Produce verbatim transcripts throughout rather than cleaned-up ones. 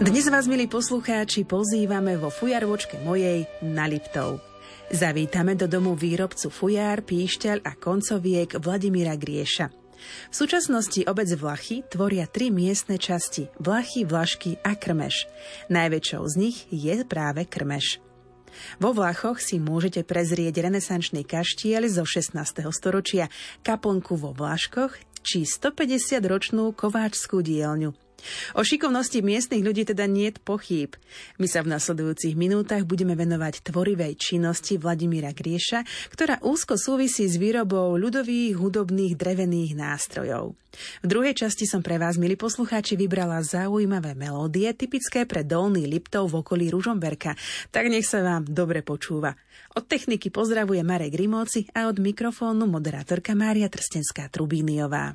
Dnes vás, milí poslucháči, pozývame vo fujarvočke mojej na Liptov. Zavítame do domu výrobcu fujár, píšťaľ a koncoviek Vladimíra Grieša. V súčasnosti obec Vlachy tvoria tri miestne časti: Vlachy, Vlašky a Krmeš. Najväčšou z nich je práve Krmeš. Vo Vlachoch si môžete prezrieť renesančný kaštieľ zo šestnásteho storočia, kaplnku vo Vlaškoch či stopäťdesiatročnú kováčskú dielňu. O šikovnosti miestnych ľudí teda niet pochýb. My sa v nasledujúcich minútach budeme venovať tvorivej činnosti Vladimíra Grieša, ktorá úzko súvisí s výrobou ľudových hudobných drevených nástrojov. V druhej časti som pre vás, milí poslucháči, vybrala zaujímavé melódie typické pre Dolný Liptov v okolí Ružomberka. Tak nech sa vám dobre počúva. Od techniky pozdravuje Marek Rimóci a od mikrofónu moderátorka Mária Trstenská-Trubíniová.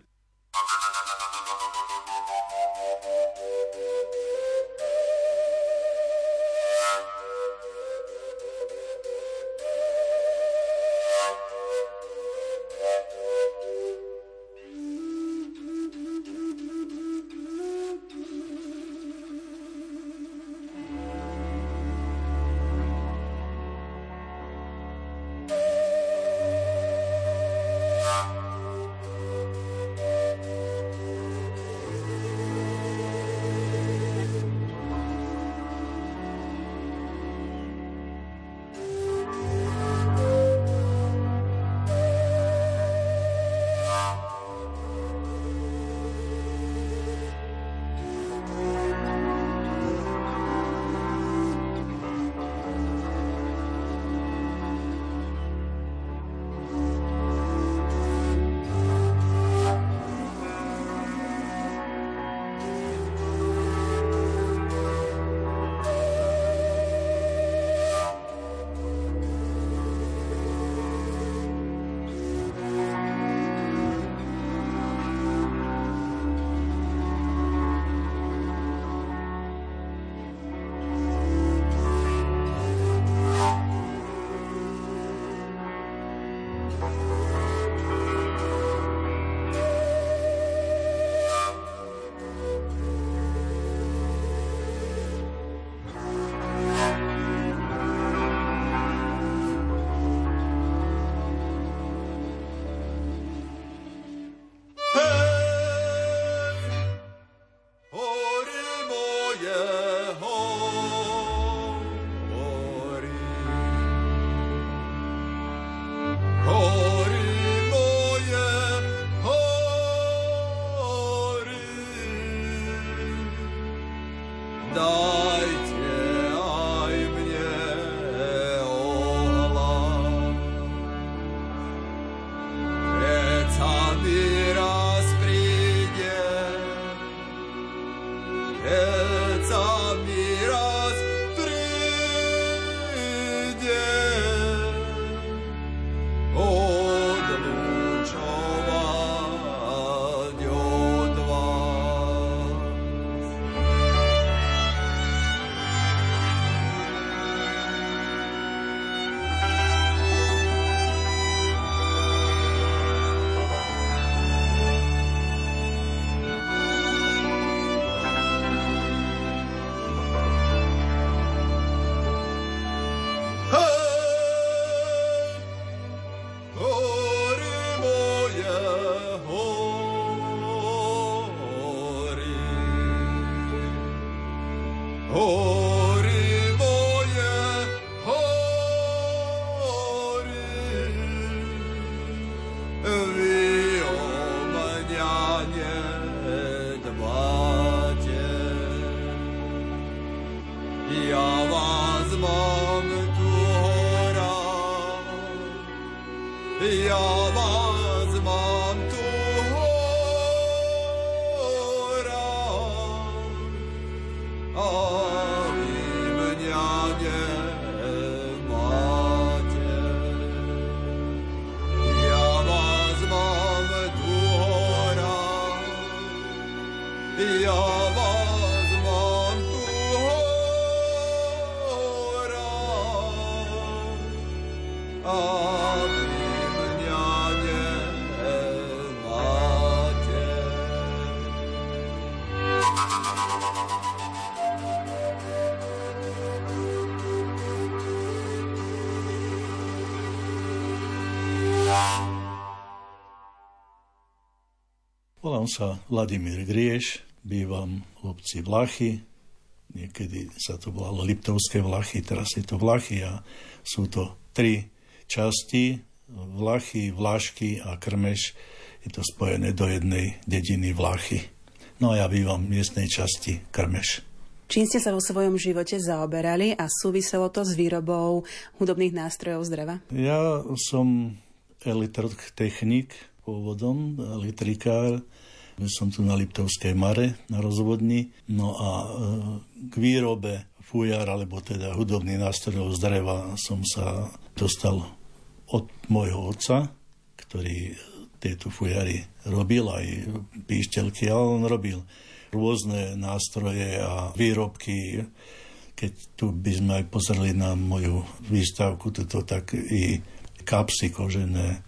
Volám sa Vladimír Grieš, bývam v obci Vlachy, niekedy sa to volalo Liptovské Vlachy, teraz je to Vlachy a sú to tri časti, Vlachy, Vlašky a Krmeš, je to spojené do jednej dediny Vlachy. No a ja bývam v miestnej časti Krmeš. Čím ste sa vo svojom živote zaoberali a súviselo to s výrobou hudobných nástrojov z dreva? Ja som elektrotechnik pôvodom, elektrikár. Som tu na Liptovskej Mare na rozvodni. No a k výrobe fujar, alebo teda hudobných nástrojov z dreva som sa dostal od môjho otca, ktorý tieto fujary robil, aj píšťalky, ale on robil rôzne nástroje a výrobky. Keď tu by sme aj pozreli na moju výstavku, toto tak i kapsy kožené,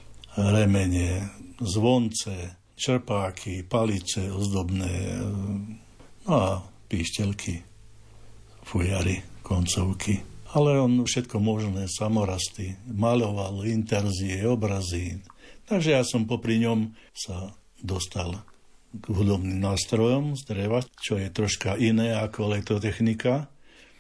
remene, zvonce, čerpáky, palice ozdobné, no a píšťalky, fujary, koncovky. Ale on všetko možné, samorasty, maľoval interzie, obrazy. Takže ja som popri ňom sa dostal k hudobným nástrojom z dreva, čo je troška iné ako elektrotechnika.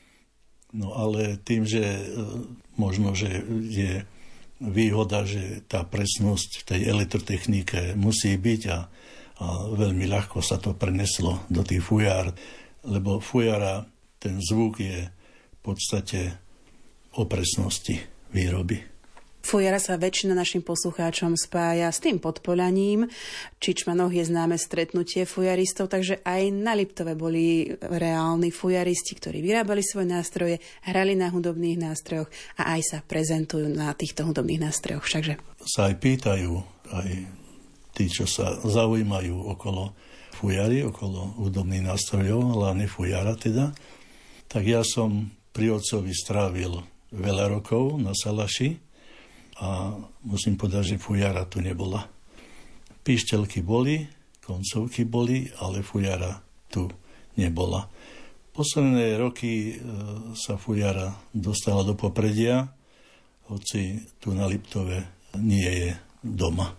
No ale tým, že možno, že je výhoda, že tá presnosť v tej elektrotechnike musí byť a, a veľmi ľahko sa to preneslo do tých fujár, lebo fujara, ten zvuk je v podstate o presnosti výroby. Fujara sa väčšina našim poslucháčom spája s tým Podpoľaním. V Čičmanoch je známe stretnutie fujaristov, takže aj na Liptove boli reálni fujaristi, ktorí vyrábali svoje nástroje, hrali na hudobných nástrojoch a aj sa prezentujú na týchto hudobných nástrojoch. Všakže sa aj pýtajú, aj tí, čo sa zaujímajú okolo fujary, okolo hudobných nástrojov, hlavne fujara teda, tak ja som pri otcovi strávil veľa rokov na Salaši, a musím povedať, že fujara tu nebola. Píšťalky boli, koncovky boli, ale fujara tu nebola. Posledné roky e, sa fujara dostala do popredia, hoci tu na Liptove nie je doma.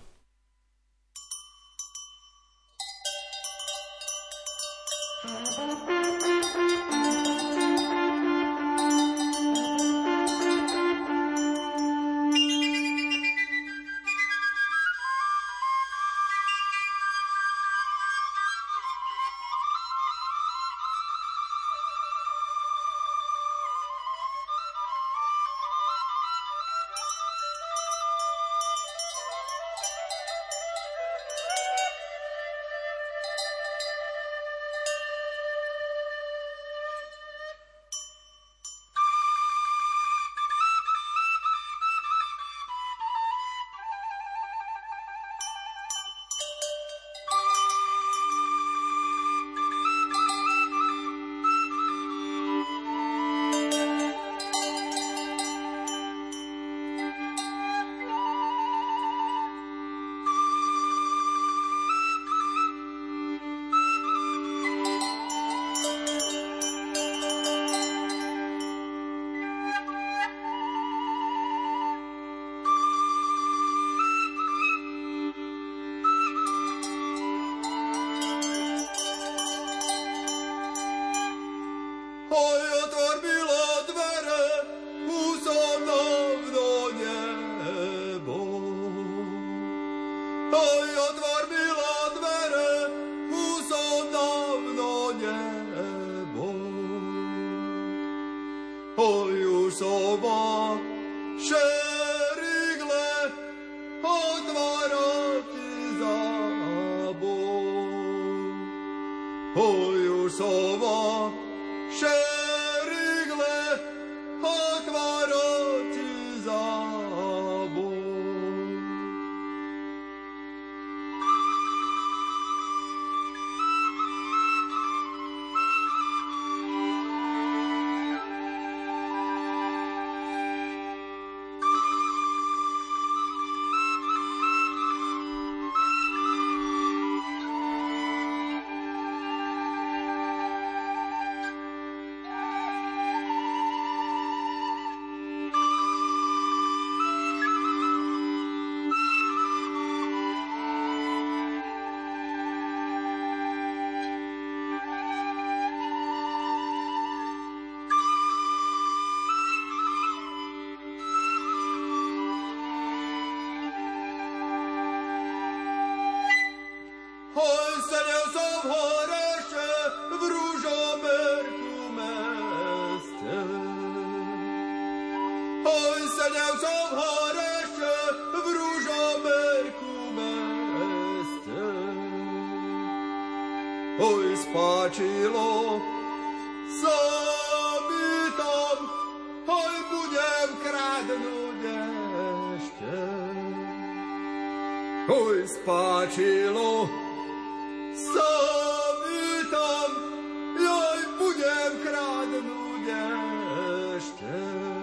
oj spáčilo sa mi tam, oj budem kradnúť ešte. Oj spáčilo sa mi tam, oj budem kradnúť ešte.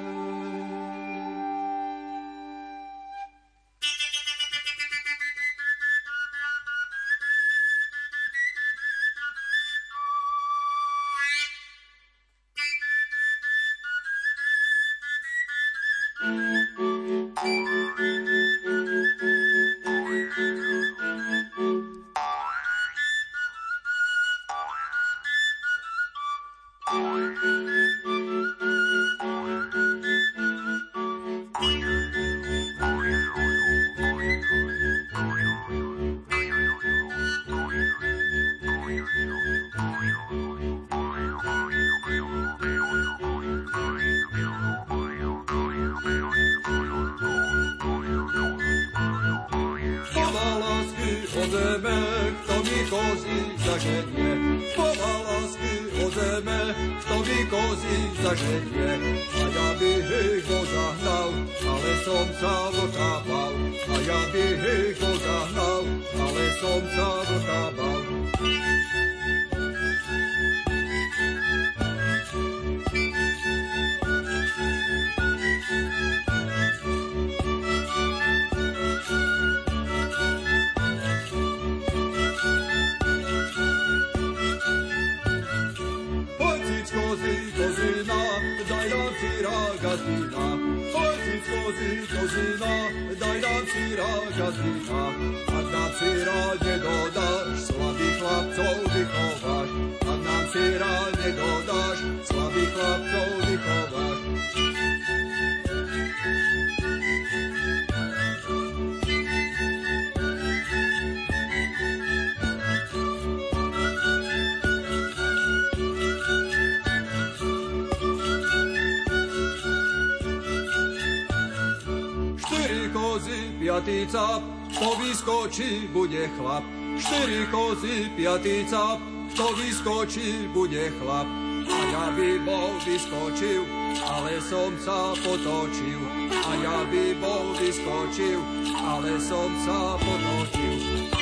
Piatý cap, to vyskočí, bude chlap. Štyri kozy, piatý cap, to vyskočí, bude chlap. A ja by bol vyskočil, ale som sa potočil. A ja by bol vyskočil, ale som sa potočil.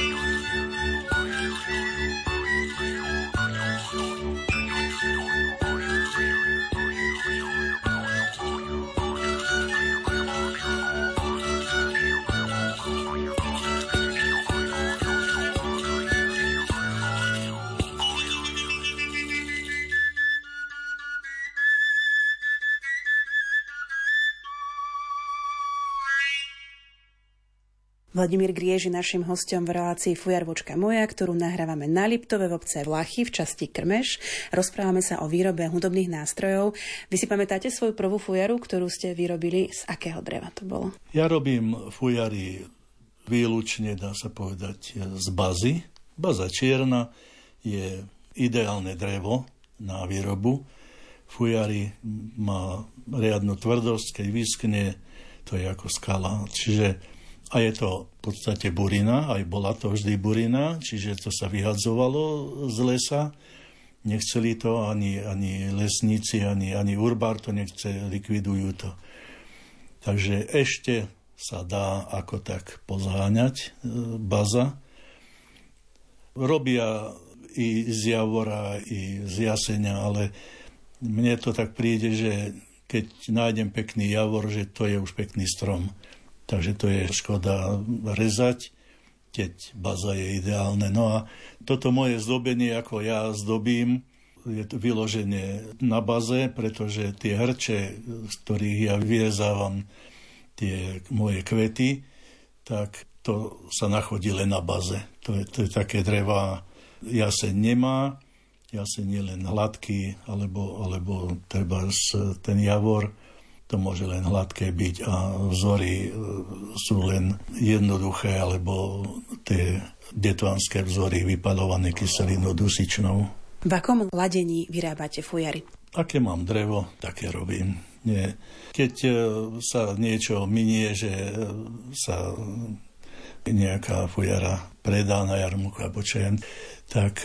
Vladimír Griež je našim hosťom v relácii Fujarvočka moja, ktorú nahrávame na Liptove v obce Vlachy v časti Krmeš. Rozprávame sa o výrobe hudobných nástrojov. Vy si pamätáte svoju prvú fujaru, ktorú ste vyrobili? Z akého dreva to bolo? Ja robím fujary výlučne, dá sa povedať, z bazy. Baza čierna je ideálne drevo na výrobu. Fujary má riadnu tvrdosť, keď vyskne, to je ako skala. Čiže a je to v podstate burina, aj bola to vždy burina, čiže to sa vyhadzovalo z lesa. Nechceli to ani, ani lesníci, ani, ani urbár to nechce, likvidujú to. Takže ešte sa dá ako tak pozháňať baza. Robia i z javora, i z jasenia, ale mne to tak príde, že keď nájdem pekný javor, že to je už pekný strom. Takže to je škoda rezať, keď baza je ideálne. No a toto moje zdobenie, ako ja zdobím, je to vyloženie na baze, pretože tie hrče, z ktorých ja vyrezávam tie moje kvety, tak to sa nachodí len na baze. To je, to je také dreva, jaseň nemá, jaseň je len hladký, alebo, alebo treba ten javor, to môže len hladké byť a vzory sú len jednoduché, alebo tie detvanské vzory vypaľované kyselinou dusičnou. V akom ladení vyrábate fujary? Aké mám drevo, také robím. Nie. Keď sa niečo minie, že sa nejaká fujara predá na jarmuku alebo čo, tak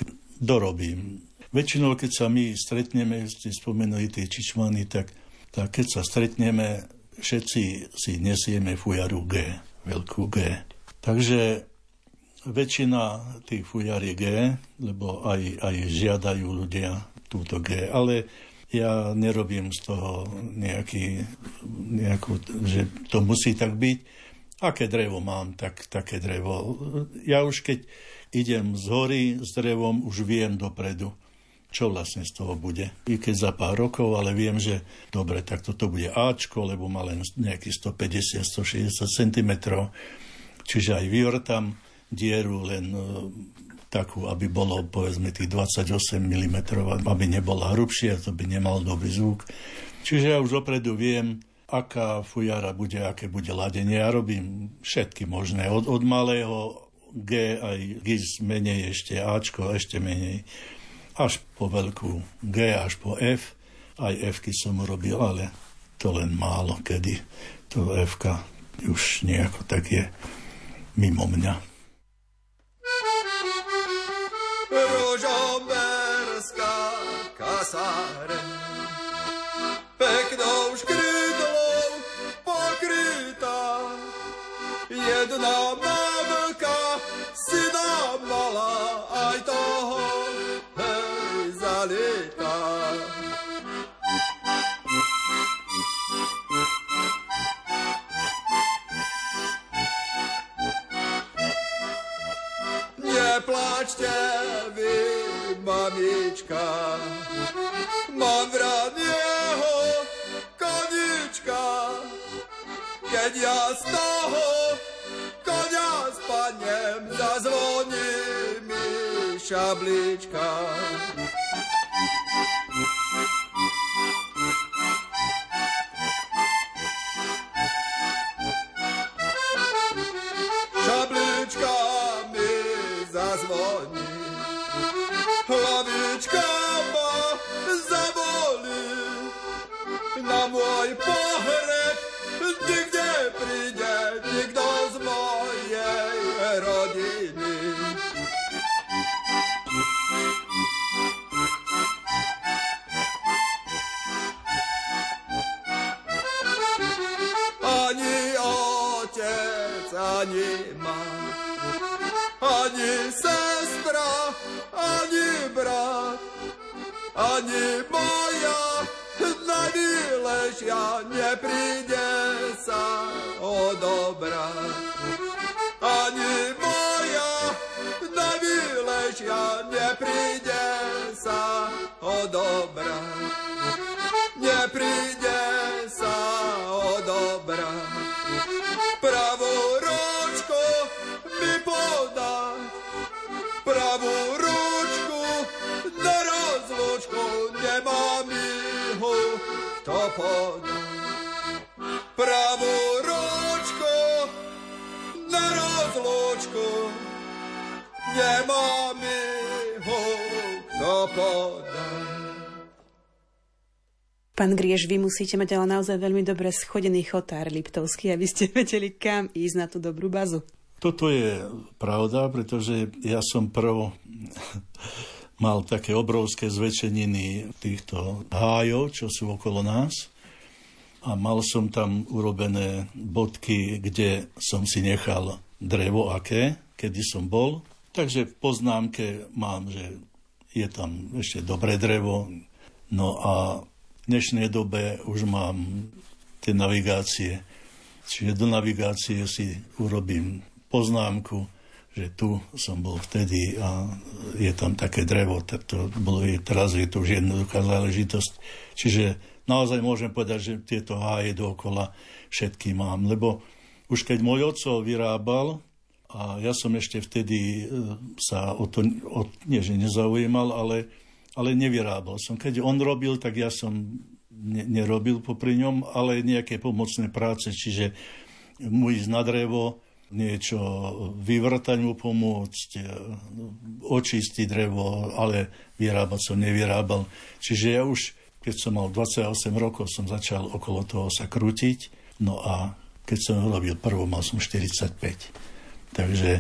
dorobím. Väčšinou, keď sa my stretneme, ste spomenuli tie čičmany, tak, tak keď sa stretneme, všetci si nesieme fujaru G, veľkú G. Takže väčšina tých fujar je G, lebo aj, aj žiadajú ľudia túto G, ale ja nerobím z toho nejaký, nejakú, že to musí tak byť. Aké drevo mám, tak také drevo. Ja už keď idem z hory s drevom, už viem dopredu, čo vlastne z toho bude. I keď za pár rokov, ale viem, že dobre, tak toto bude Ačko, lebo má len nejakých stopäťdesiat až stošesťdesiat centimetrov. Čiže aj vyvrtam dieru len takú, aby bolo povedzme tých dvadsaťosem milimetrov, aby nebola hrubšia, to by nemal dobrý zvuk. Čiže ja už dopredu viem, aká fujara bude, aké bude ladenie. Ja robím všetky možné, od, od malého G aj gis menej, ešte Ačko, ešte menej, až po veľkú G, až po F. Aj F-ky som robil, ale to len málo kedy. To F-ka už nejako tak je mimo mňa. Ružomberská kasáreň peknou škrydlou pokrytá, jedna mamka si mala aj toho hej zalitá. Nepláčte vy, mamička, mám vraného konička, keď ja z toho konia spadnem, zazvoní mi šablička. Šablička mi zazvoní, hlavička ma zabolí, na môj pohreb nikde príde nikto z mojej rodiny. Ani otec, ani mama, ani sestra, ani brat, ani moja najmilejšia nepríde sa odobrať. Ani moja najmilejšia nepríde sa odobrať. Nepríde sa odobrať. Pravú ručku mi podať, pravú ručku na rozlúčku, nemám ihu kto podať. Pravú ručku na rozlúčku, nemám ihu kto podať. Pán Grieš, vy musíte mať ale naozaj veľmi dobre schodený chotár liptovský, aby ste vedeli, kam ísť na tú dobrú bazu. Toto je pravda, pretože ja som prv mal také obrovské zväčšeniny týchto hájov, čo sú okolo nás. A mal som tam urobené bodky, kde som si nechal drevo aké, kedy som bol. Takže v poznámke mám, že je tam ešte dobré drevo. No a v dnešnej dobe už mám tie navigácie. Čiže do navigácie si urobím poznámku, že tu som bol vtedy a je tam také drevo. To bolo, teraz je to už jednoduchá záležitosť. Čiže naozaj môžem povedať, že tieto háje dookola všetky mám. Lebo už keď môj otco vyrábal, a ja som ešte vtedy sa o to, o, nie že nezaujímal, ale ale nevyrábal som. Keď on robil, tak ja som ne, nerobil popri ňom, ale nejaké pomocné práce, čiže mu ísť na drevo, niečo vyvrtať mu pomôcť, očistiť drevo, ale vyrábať som nevyrábal. Čiže ja už, keď som mal dvadsaťosem rokov, som začal okolo toho sa krútiť, no a keď som ho robil prvo, mal som štyridsaťpäť. Takže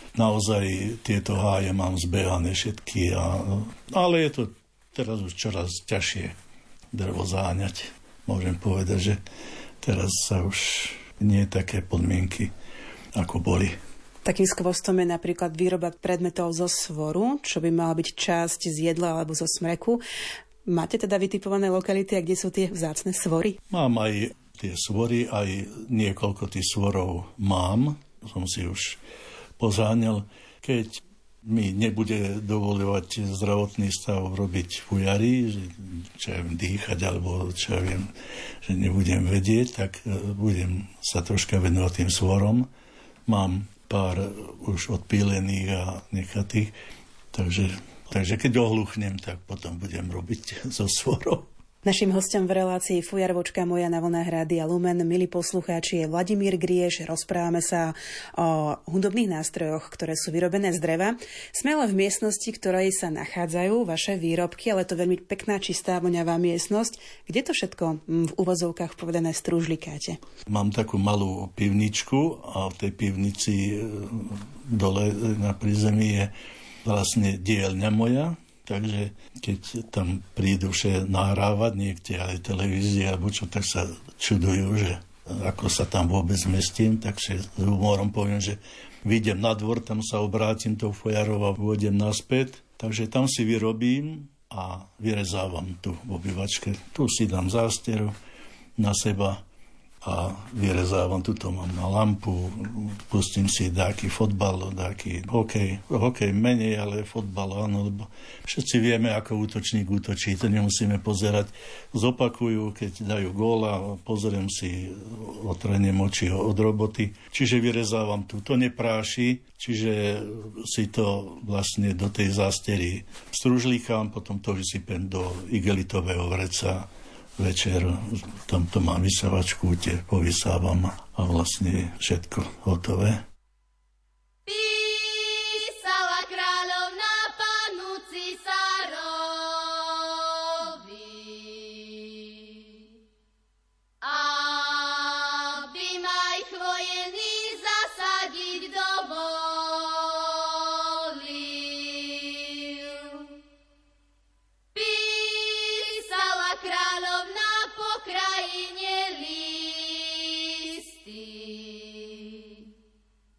naozaj tieto háje mám zbehané všetky. A, ale je to teraz už čoraz ťažšie drevo záňať. Môžem povedať, že teraz sa už nie také podmienky, ako boli. Takým skvostom je napríklad výroba predmetov zo svoru, čo by mala byť časť z jedla alebo zo smreku. Máte teda vytipované lokality, a kde sú tie vzácne svory? Mám aj tie svory, aj niekoľko tých svorov mám. Som si už pozáňal. Keď mi nebude dovoľovať zdravotný stav robiť fujary, že, čo ja viem, dýchať, alebo čo ja viem, že nebudem vedieť, tak budem sa troška venovať tým svorom. Mám pár už odpílených a nechatých. Takže, takže keď ohluchnem, tak potom budem robiť so svorou. Naším hostom v relácii Fujarvočka moja na vlnách Rádia Lumen, milí poslucháči, je Vladimír Grieš. Rozprávame sa o hudobných nástrojoch, ktoré sú vyrobené z dreva. Sme ale v miestnosti, ktorej sa nachádzajú vaše výrobky, ale to veľmi pekná, čistá, voňavá miestnosť. Kde to všetko v uvozovkách povedané strúžlikáte? Mám takú malú pivničku a v tej pivnici dole na prízemí je vlastne dielňa moja. Takže keď tam prídu vše nahrávať niekde aj televízie alebo čo, tak sa čudujú, že ako sa tam vôbec zmestím. Takže s humorom poviem, že vyjdem na dvor, tam sa obrátim tou fujarou a pôjdem naspäť. Takže tam si vyrobím a vyrezávam tu v obývačke. Tu si dám zásteru na seba a vyrezávam. Tuto mám na lampu, pustím si dáky fotbal, dáky hokej. Hokej menej, ale fotbal áno, lebo všetci vieme, ako útočník útočí. To nemusíme pozerať. Zopakujú, keď dajú gól a pozriem si, otrenem oči od roboty. Čiže vyrezávam tu. To nepráši, čiže si to vlastne do tej zástery stružlíkam, potom to vysypem do igelitového vreca. Večer tam to mám vysávačku, tie povysávam a vlastne všetko hotové. Písala kráľovná panu cisárovi, aby maj chvojený zasadiť dovolil. Písala kráľovná po krajine listy,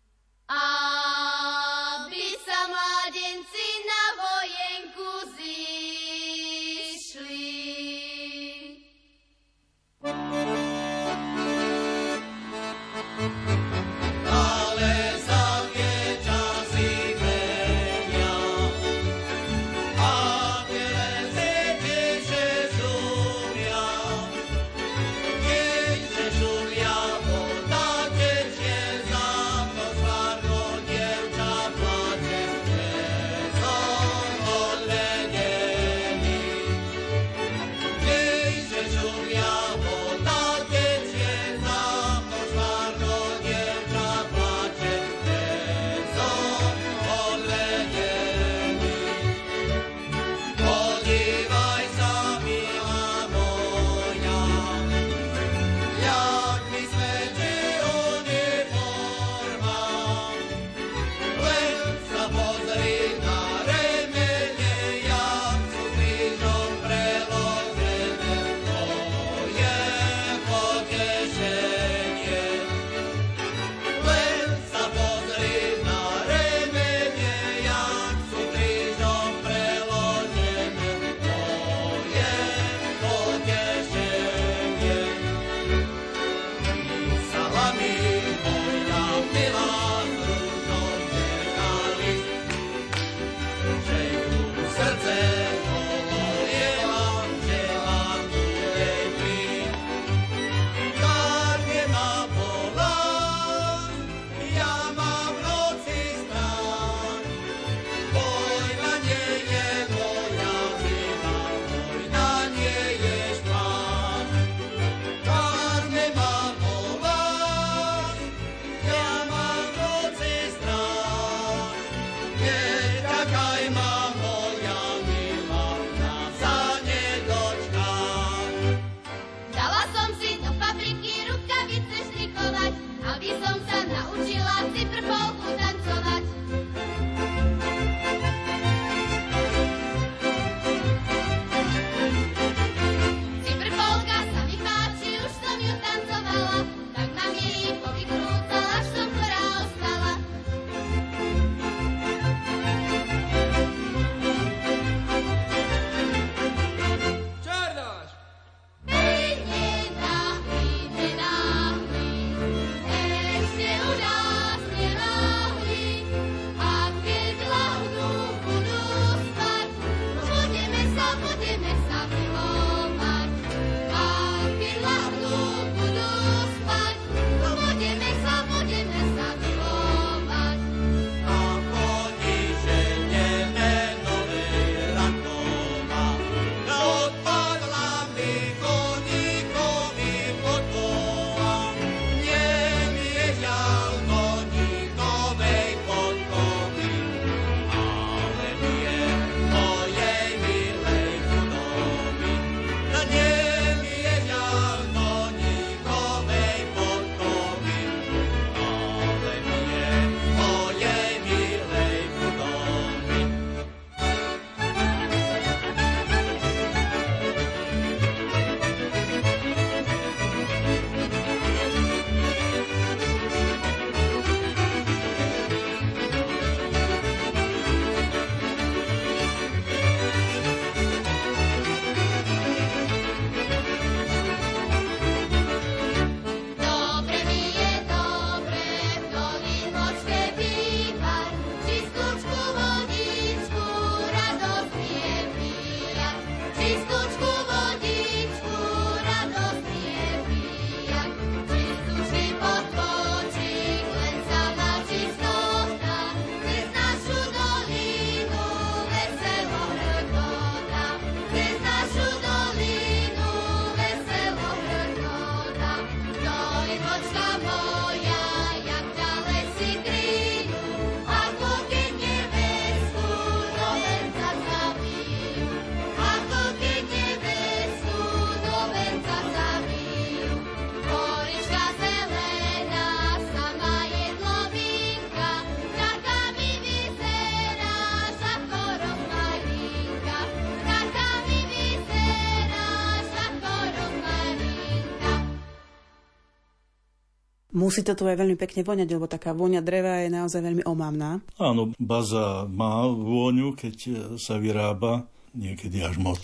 Musí to tu aj veľmi pekne voňať, lebo taká vôňa dreva je naozaj veľmi omamná. Áno, baza má vôňu, keď sa vyrába, niekedy až moc.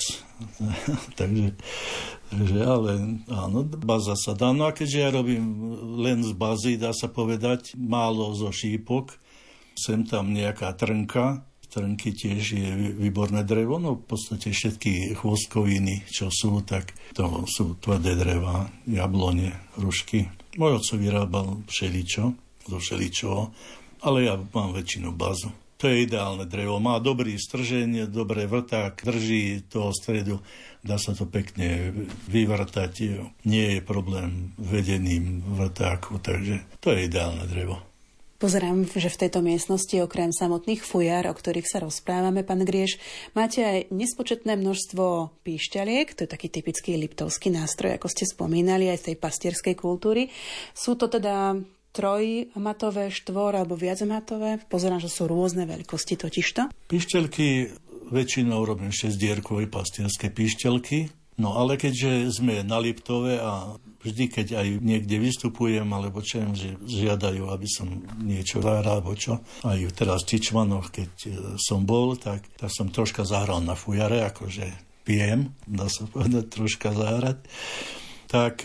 takže, takže, ale áno, baza sa dá. No a keďže ja robím len z bazy, dá sa povedať, málo zo šípok, sem tam nejaká trnka, trnky tiež je výborné drevo, no v podstate všetky chvostkoviny, čo sú, tak to sú tvrdé dreva, jablone, hrušky. Môj otco vyrábal všeličo, zo všeličoho, ale ja mám väčšinu bazu. To je ideálne drevo, má dobrý strženie, dobré vrták, drží toho stredu, dá sa to pekne vyvrtať, nie je problém vedeným vrtáku, takže to je ideálne drevo. Pozerám, že v tejto miestnosti okrem samotných fujar, o ktorých sa rozprávame, pán Grieš, máte aj nespočetné množstvo píšťaliek, to je taký typický liptovský nástroj, ako ste spomínali, aj z tej pastierskej kultúry. Sú to teda trojmatové, štvor alebo viacmatové? Pozerám, že sú rôzne veľkosti totižto. Píšťalky väčšinou robím šesťdierkové pastierské píšťalky, no ale keďže sme na Liptove a vždy, keď aj niekde vystupujem, alebo čo že žiadajú, aby som niečo zahral, alebo čo. Aj teraz v Čičmanoch, keď som bol, tak, tak som troška zahral na fujare, akože viem, dá sa povedať, troška zahrať. Tak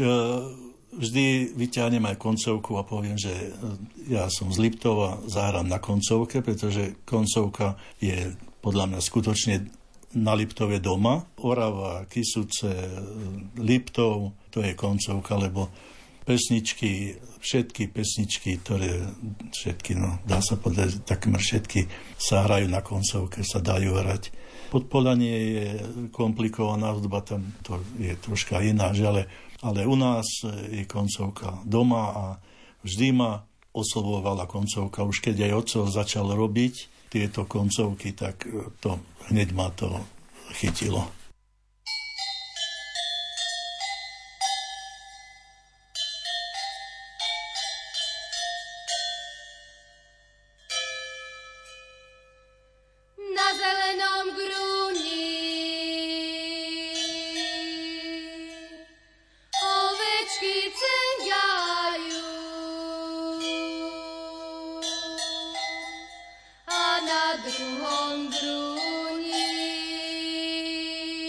vždy vyťahnem aj koncovku a poviem, že ja som z Liptova, zahrám na koncovke, pretože koncovka je podľa mňa skutočne na Liptove doma. Orava, Kysuce, Liptov, to je koncovka, lebo pesničky, všetky pesničky, ktoré všetky, no dá sa povedať, takmer všetky sa hrajú na koncovke, sa dajú hrať. Podpolanie je komplikovaná hudba, tam to je troška iná, že ale, ale u nás je koncovka doma a vždy ma oslovovala koncovka. Už keď aj otco začal robiť tieto koncovky, tak to hneď ma to chytilo. Na zelenom grúni ovečky cenďajú a na druhom grúni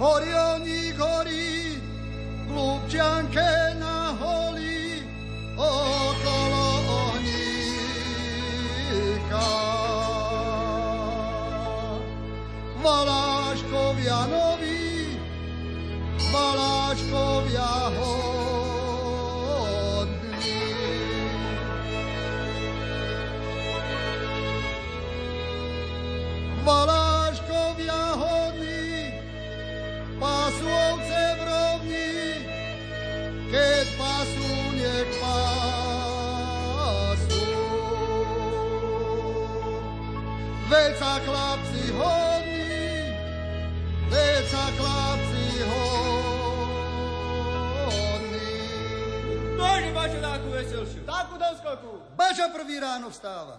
Horioník horí, Lúbčianke na holí, okolo ohníka. Valáškovia noví, Valáškovia hodní. Valáškovia hodní, pasú ovce v rovni, keď pasú, nech pasú. Veď sa chlapci hodní, veď sa chlapci hodní. Nože, Bačo, takú veselšiu. Takú doskoku. Bača prvý ráno vstáva.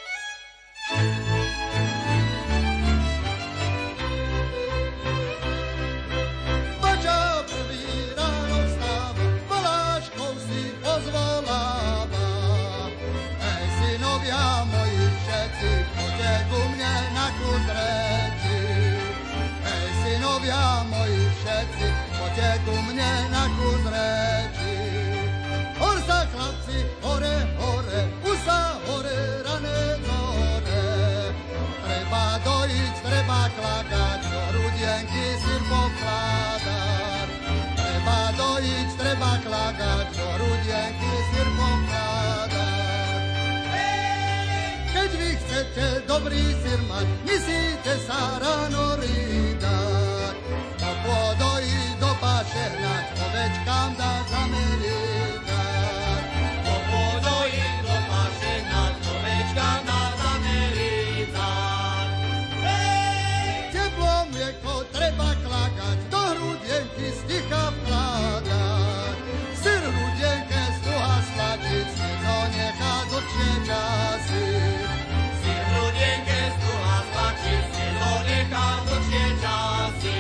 Bača prvý ráno vstáva, Valáškov si pozvoláva. Ej, synovia moji všetci, poďte ku mne na kus reči. Ej, synovia moji všetci, poďte ku mne na kus reči. Hor sa chlapci, hore, hore, už sa hore rané zore. Treba dojiť, treba klakať, do hrudienky sír pokladať. Treba dojiť, treba klakať, do hrudienky sír pokladať. Keď vy chcete dobrý sír mať, musíte sa ráno rýdať. Do pôdojí, do paše hnať, ovečkám dá zameríkať. Do pôdojí, do paše hnať, ovečkám dá zameríkať. Teplo mlieko treba klakať, do hrudienky sticha vkladať. Syr hrudienke stuha sladiť, snizo nechá dlhšie časy. Syr hrudienke stuha sladiť, snizo nechá dlhšie časy.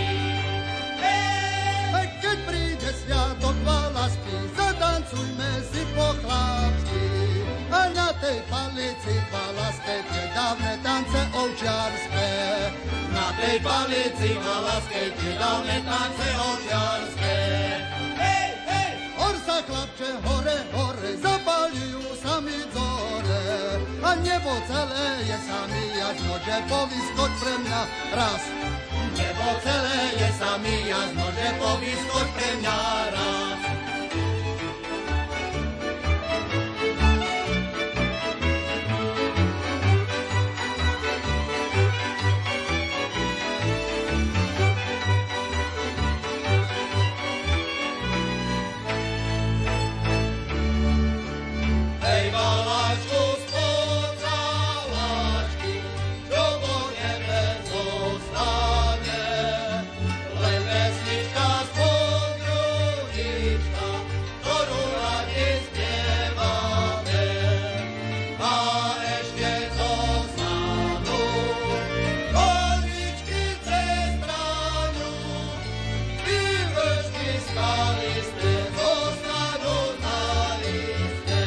Keď príde sviatok Valasky, zatancujme si po chlapsky. A na tej palici Valaskej tie dávne tance ovčiarské. Na tej palici Valaskej tie dávne tance ovčiarské. Hej, hej! Hor sa chlapče, hore, hore, zapáľujú sami zore. A nebo celé je sami jasno, že povyskoč pre mňa raz. Nebo celé je sami jasno, že povyskoč pre mňa raz. Hej, Valášku, spod Valášky, čo po nebe zostane, len vesnička spod grunička, ktorú radi spievame. A ešte zostanú koničky cez bránu, vývršky skalisté zostanú na liste.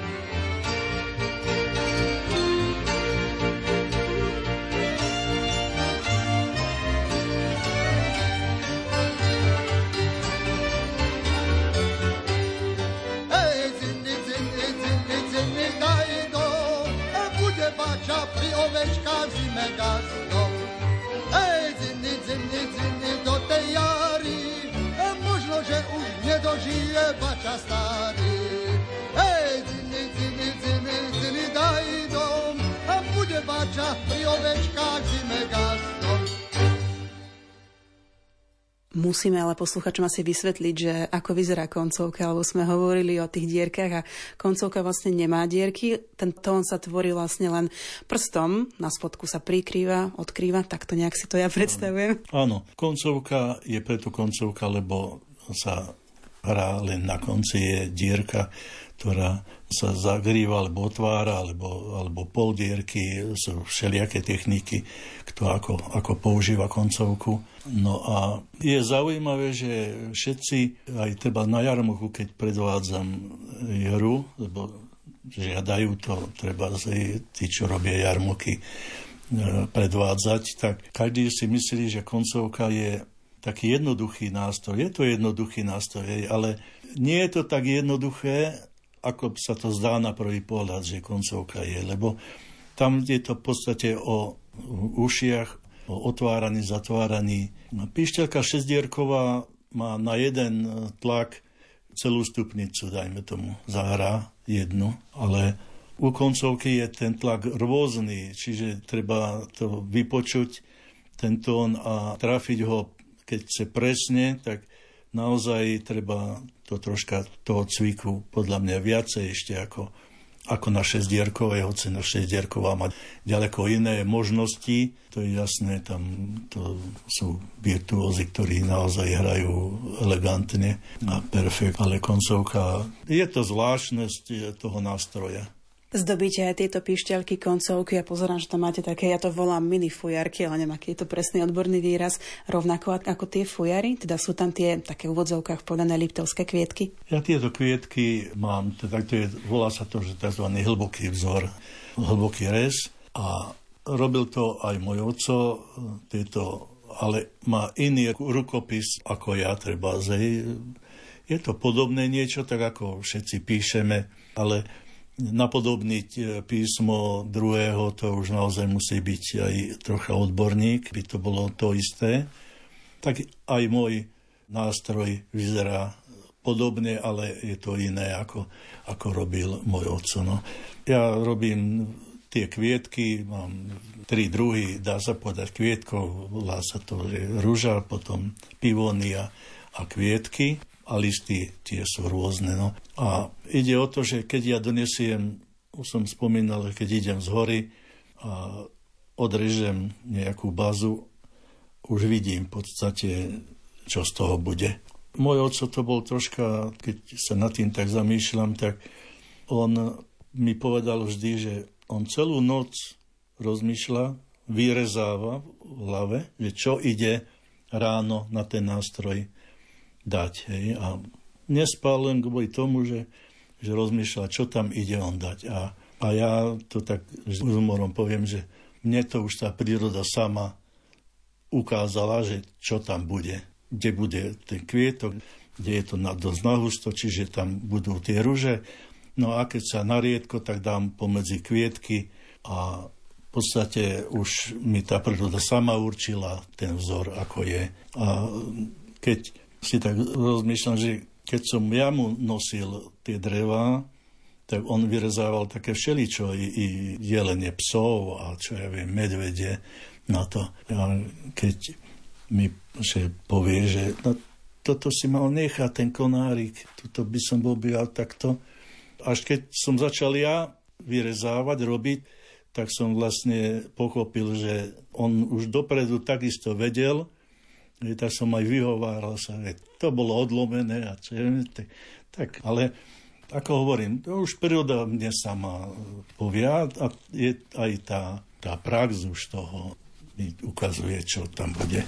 Hej, zinni, zinni, zinni, zinni, daj dom, a bude Bača pri ovečkách v zime gazdom. Hej, zinni, zinni, zinni, do tej jary, a možno, že už nedožije Bača starý. Hej, zinni, zinni, zinni, zinni, daj dom, a bude Bača pri ovečkách v zime gazdom. Musíme ale posluchačom asi vysvetliť, že ako vyzerá koncovka, lebo sme hovorili o tých dierkach a koncovka vlastne nemá dierky. Ten tón sa tvorí vlastne len prstom, na spodku sa prikrýva, odkrýva, tak to nejak si to ja predstavujem. Áno, koncovka je preto koncovka, lebo sa hrá len na konci je dierka, ktorá sa zagrýva, alebo otvára, alebo, alebo pol dierky, sú všelijaké techniky, kto ako, ako používa koncovku. No a je zaujímavé, že všetci, aj treba na jarmoku, keď predvádzam hru, lebo žiadajú to, treba tí, čo robia jarmoky, predvádzať, tak každý si myslí, že koncovka je taký jednoduchý nástroj. Je to jednoduchý nástroj, ale nie je to tak jednoduché, ako sa to zdá na prvý pohľad, že koncovka je, lebo tam je to v podstate o ušiach, o otváraní, zatváraní. Píšťalka šesťdierková má na jeden tlak celú stupnicu, dajme tomu, zahrá jednu, ale u koncovky je ten tlak rôzny, čiže treba to vypočuť, ten tón a trafiť ho, keď chce presne, tak naozaj treba to troška toho cviku, podľa mňa viacej ešte ako, ako na šesťdierkovej, hoci na šesťdierková má ďaleko iné možnosti, to je jasné, tam to sú virtuózy, ktorí naozaj hrajú elegantne a perfekt, ale koncovka, je to zvláštnosť toho nástroja. Zdobíte aj tieto píšťalky, koncovky a pozerám, že tam máte také, ja to volám mini fujarky, ale neviem, aký je to presný odborný výraz, rovnako ako tie fujary, teda sú tam tie také v úvodzovkách podané liptovské kvietky? Ja tieto kvietky mám, teda to je, volá sa to, že tzv. Hlboký vzor, hlboký rez a robil to aj môj oco, tieto, ale má iný rukopis ako ja, treba zej. Je to podobné niečo, tak ako všetci píšeme, ale napodobniť písmo druhého, to už naozaj musí byť aj trocha odborník, by to bolo to isté. Tak aj môj nástroj vyzerá podobne, ale je to iné, ako, ako robil môj otco. No. Ja robím tie kvietky, mám tri druhy, dá sa povedať kvietkov, volá sa to ruža, potom pivónia a kvietky. A listy tie sú rôzne. No. A ide o to, že keď ja donesiem, už som spomínal, keď idem z hory a odrežem nejakú bazu, už vidím v podstate, čo z toho bude. Môj otco to bol troška, keď sa nad tým tak zamýšľam, tak on mi povedal vždy, že on celú noc rozmýšľa, vyrezáva v hlave, že čo ide ráno na ten nástroj dať. Hej. A nespal len kvôli tomu, že, že rozmýšľa, čo tam ide on dať. A, a ja to tak s humorom poviem, že mne to už tá príroda sama ukázala, že čo tam bude. Kde bude ten kvietok, kde je to na, dosť nahusto, čiže tam budú tie ruže. No a keď sa nariedko, tak dám pomedzi kvietky a v podstate už mi tá príroda sama určila ten vzor, ako je. A keď si tak rozmýšľam, že keď som ja mu nosil tie drevá, tak on vyrezával také všeličo, i, i jelenie psov a čo ja viem, medvede na to. A keď mi že povie, že no, toto si mal nechať, ten konárik, toto by som bol býval takto. Až keď som začal ja vyrezávať, robiť, tak som vlastne pochopil, že on už dopredu takisto vedel, tak som aj vyhováral sa, že to bolo odlomené a čo tak, tak, ale ako hovorím, to už príroda mne sama povia a je aj tá, tá prax už toho mi ukazuje, čo tam bude.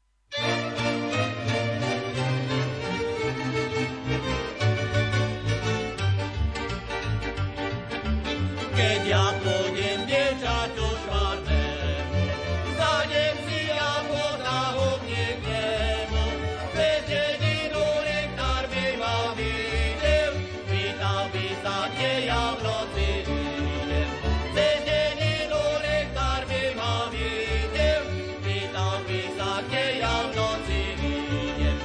Keď ja pôjdem dievčaťu švarnému, zájdem si ja potáhom niekdemu, bez jedinu nektár by ma videl, pýtal by sa, kde ja v noci idem. Bez jedinu nektár by ma videl, pýtal by sa, kde ja v noci idem.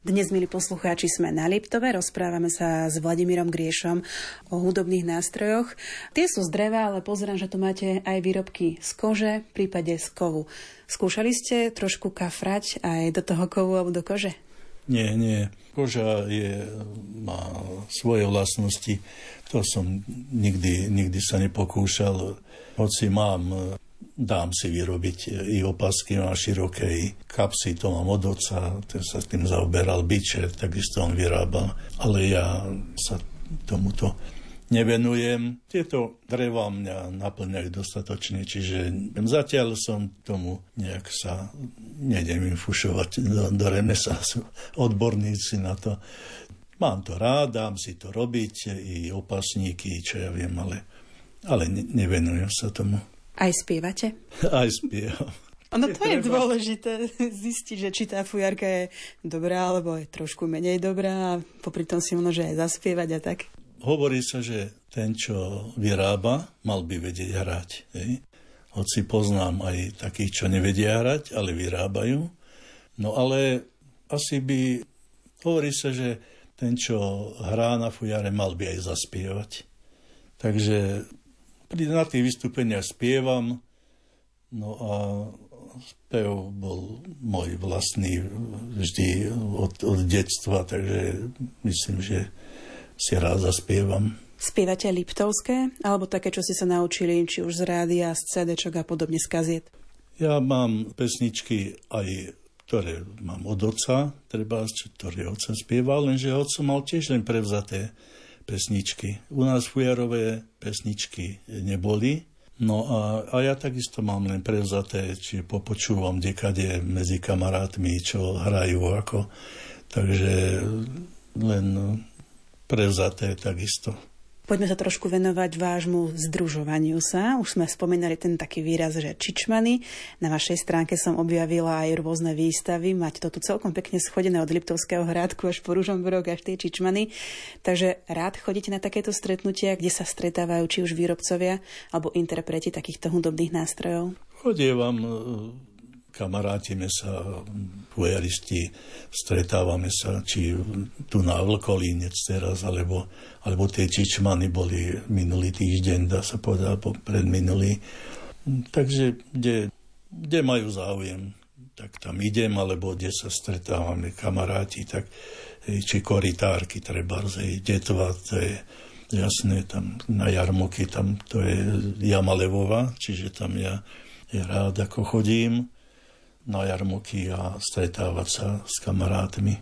Dnes, milí poslucháči, sme na Liptove, rozprávame sa s Vladimírom Griešom o hudobných nástrojoch. Tie sú z dreva, ale pozerám, že tu máte aj výrobky z kože, v prípade z kovu. Skúšali ste trošku kafrať aj do toho kovu alebo do kože? Nie, nie. Koža je, má svoje vlastnosti. To som nikdy, nikdy sa nepokúšal. Hoci mám... Dám si vyrobiť i opasky na širokej kapsy, to mám od otca, ten sa s tým zaoberal, biče, takisto on vyrábal, ale ja sa tomuto nevenujem. Tieto drevá mňa naplňajú dostatočne, čiže zatiaľ som tomu nejak sa nejdem im fušovať do, do remesa, sú odborníci na to. Mám to rád, dám si to robiť, i opasníky, čo ja viem, ale, ale ne, nevenujem sa tomu. Aj spievate? Aj spievam. No to je dôležité zistiť, že či tá fujarka je dobrá, alebo je trošku menej dobrá a popri tom si možno, že aj zaspievať a tak. Hovorí sa, že ten, čo vyrába, mal by vedieť hrať. Hej? Hoci poznám aj takých, čo nevedia hrať, ale vyrábajú. No ale asi by... Hovorí sa, že ten, čo hrá na fujare, mal by aj zaspievať. Takže... Na tých vystúpeniach spievam, no a spev bol môj vlastný vždy od, od detstva, takže myslím, že si rád zaspievam. Spievate liptovské, alebo také, čo ste sa naučili, či už z rádia, z cé déčok a podobne, z kaziet? Ja mám pesničky aj, ktoré mám od otca, treba, ktoré otca spieval, lenže otca mal tiež len prevzaté pesničky. U nás fujarové pesničky neboli. No a, a ja takisto mám len prevzaté, či popočúvam dekade medzi kamarátmi, čo hrajú ako. Takže len prevzaté takisto. Poďme sa trošku venovať vášmu združovaniu sa. Už sme spomínali ten taký výraz, že čičmany. Na vašej stránke som objavila aj rôzne výstavy. Máte to tu celkom pekne schodené od Liptovského hrádku až po Ružomberok až tie čičmany. Takže rád chodíte na takéto stretnutia, kde sa stretávajú či už výrobcovia alebo interpreti takýchto hudobných nástrojov? Chodievam, kamarátime sa, fujaristi, stretávame sa, či tu na Vlkolínec teraz, alebo, alebo tie čičmany boli minulý týždeň, dá sa povedať, predminulý. Takže kde, kde majú záujem, tak tam idem, alebo kde sa stretávame kamaráti, tak či koritárky treba, detva, to je jasné, tam na jarmoky, tam to je Jama Levová, čiže tam ja, ja rád ako chodím na jarmoky a stretávať sa s kamarátmi.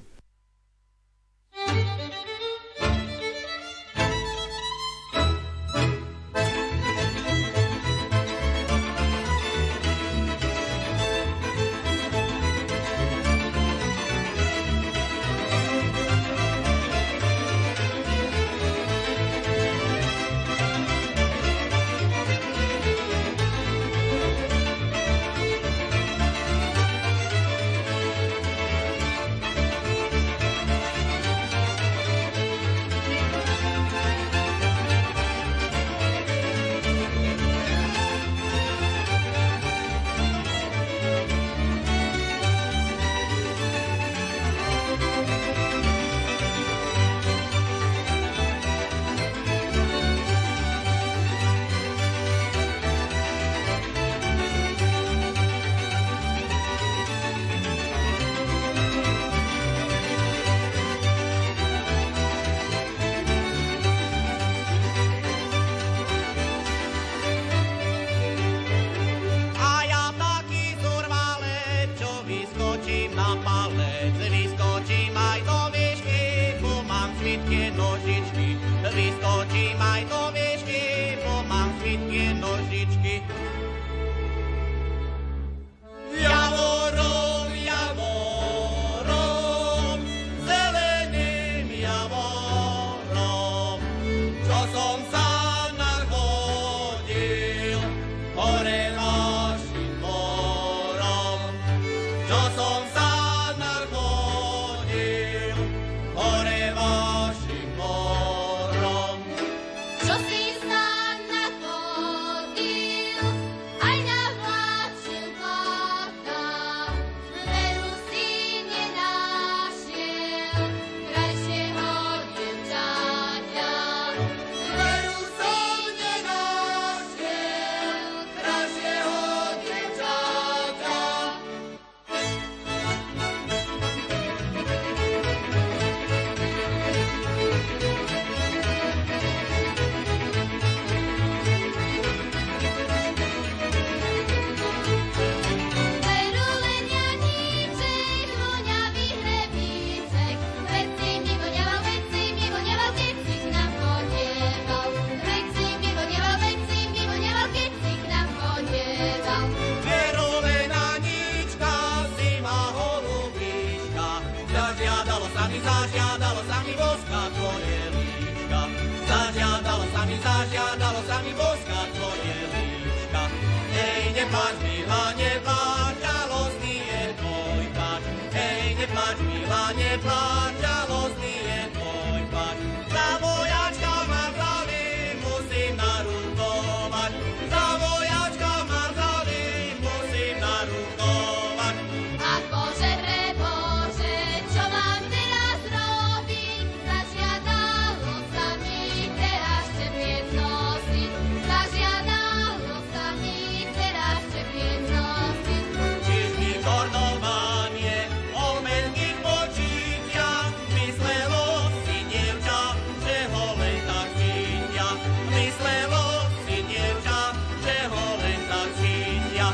mi, zažiadalo sa mi boska tvoje líčka. Zažiadalo sa mi, zažiadalo sa mi boska tvoje líčka. Hej, nepláč, milá, nepláč, žalostný je tvoj pláč. Hej, nepláč, milá, nepláč, žalostný je tvoj pláč. Za vojačka ma vzali, musím narukovať. Za vojačka ma vzali, musím narukovať. Akože prebože, čo mám teraz robiť? Zažiadalo sa mi teraz čepiec nosiť. Zažiadalo sa mi teraz čepiec nosiť. Čiž mi kornovanie o veľkých počítia, myslelo si dievča, že ho len tak cítia. Myslelo si dievča, že ho len tak cítia.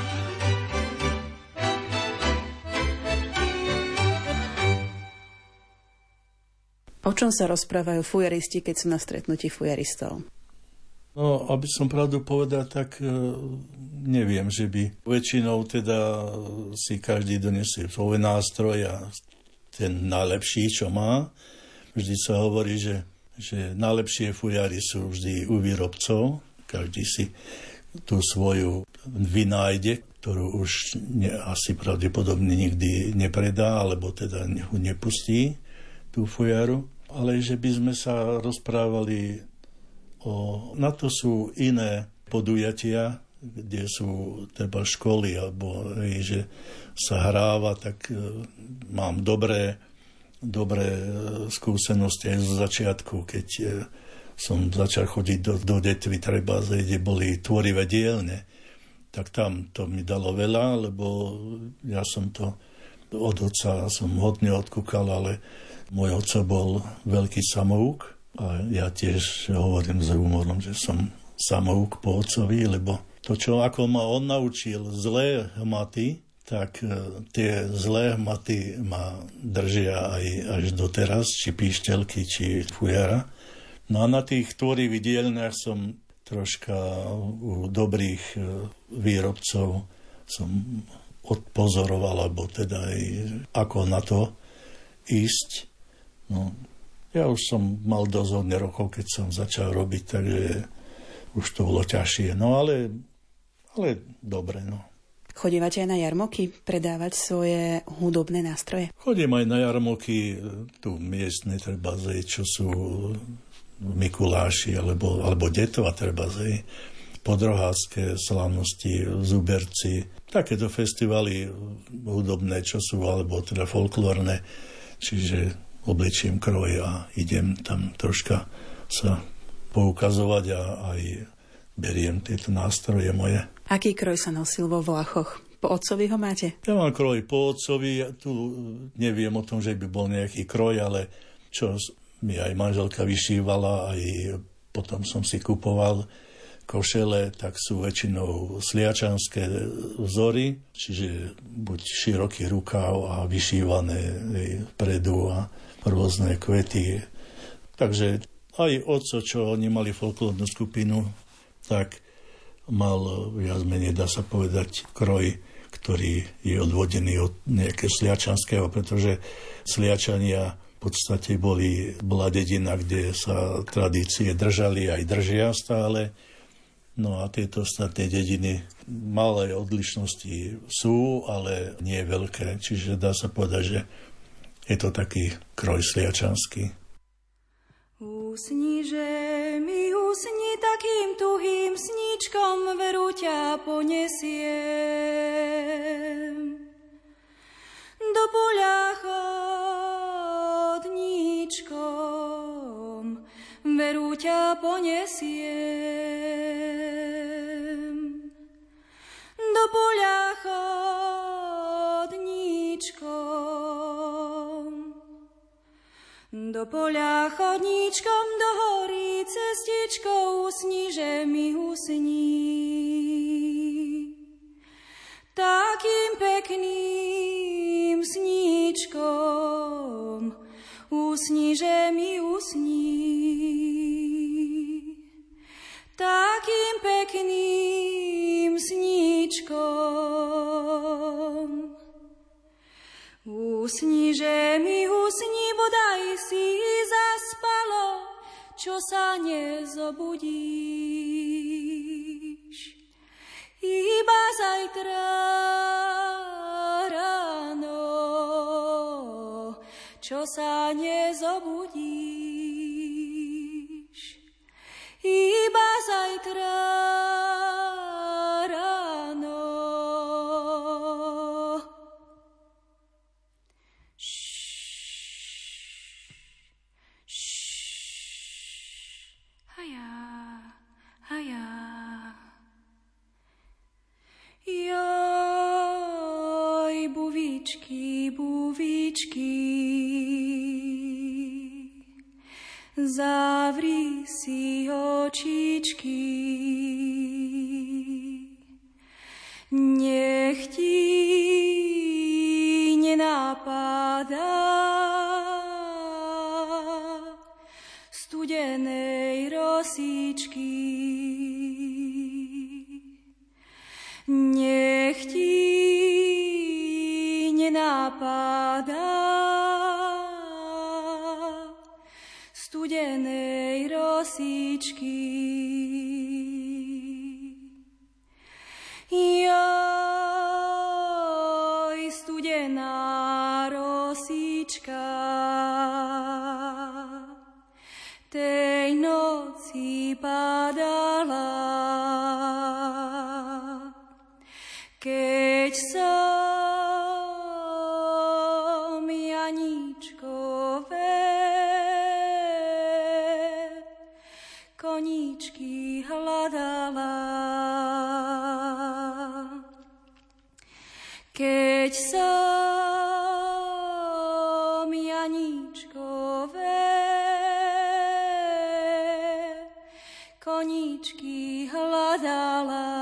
O čom sa rozprávajú fujaristi, keď sú na stretnutí fujaristov? No, aby som pravdu povedal, tak e, neviem, že by väčšinou teda si každý donesie svoj nástroj a ten najlepší, čo má. Vždy sa hovorí, že, že najlepšie fujary sú vždy u výrobcov. Každý si tú svoju vynájde, ktorú už ne, asi pravdepodobne nikdy nepredá, alebo teda ho nepustí, tú fujaru. Ale že by sme sa rozprávali o... Na to sú iné podujatia, kde sú treba školy, alebo že sa hráva, tak e, mám dobré, dobré skúsenosti aj zo začiatku, keď e, som začal chodiť do, do detvy, treba, kde boli tvorivé dielne, tak tam to mi dalo veľa, lebo ja som to od otca som hodne odkúkal, ale môj otco bol veľký samouk a ja tiež hovorím s humorom, že som samouk po otcovi, lebo to, čo ako ma on naučil zlé hmaty, tak tie zlé hmaty ma držia aj až doteraz, či píšťalky, či fujara. No a na tých tvorivých dielniach som troška u dobrých výrobcov som odpozoroval, alebo teda aj ako na to ísť. No, ja už som mal dosť hodne rokov, keď som začal robiť, takže už to bolo ťažšie. No ale, ale dobre, no. Chodívate aj na jarmoky predávať svoje hudobné nástroje? Chodím aj na jarmoky, tu miestne treba zej, čo sú Mikuláši, alebo, alebo Detva treba zej, podrohácké slávnosti, Zuberci, takéto festivaly hudobné, čo sú, alebo teda folklórne, čiže oblečím kroj a idem tam troška sa poukazovať a aj beriem tieto nástroje moje. Aký kroj sa nosil vo Vlachoch? Po otcovi ho máte? Ja mám kroj po otcovi, ja tu neviem o tom, že by bol nejaký kroj, ale čo mi aj manželka vyšívala, aj potom som si kupoval košele, tak sú väčšinou sliačanské vzory, čiže buď široký rukáv a vyšívané vpredu a rôzne kvety. Takže aj otco, čo oni mali folklórnu skupinu, tak mal viac menej, dá sa povedať, kroj, ktorý je odvodený od nejakého sliačanského, pretože sliačania v podstate boli, bola dedina, kde sa tradície držali aj držia stále. No a tieto ostatné dediny malé odlišnosti sú, ale nie veľké. Čiže dá sa povedať, že je to taký kroj sliačanský. Usni, že mi usni takým tuhým sníčkom, veru ťa ponesiem. Do poľa chodníčkom, veru ťa ponesiem. Do poľa chodníčkom, do poľa chodníčkom, do hory cestičkou, usni, že mi usni. Takým pekným sníčkom, usni, že mi usni. Takým pekným sníčkom, Usni, že mi usni, bodaj si zaspalo, čo sa nezobudíš. Iba zajtra ráno, čo sa nezobudíš. Iba zajtra ráno. Joj, buvičky, buvičky, zavri si očičky, nech ti nenapadá studenej rosičky. Nech ti nenapadá studenej rosičky. Joj, studená rosička, tej noci padala, keď som Janíčkové koníčky hľadala. Keď som Janíčkové koníčky hľadala.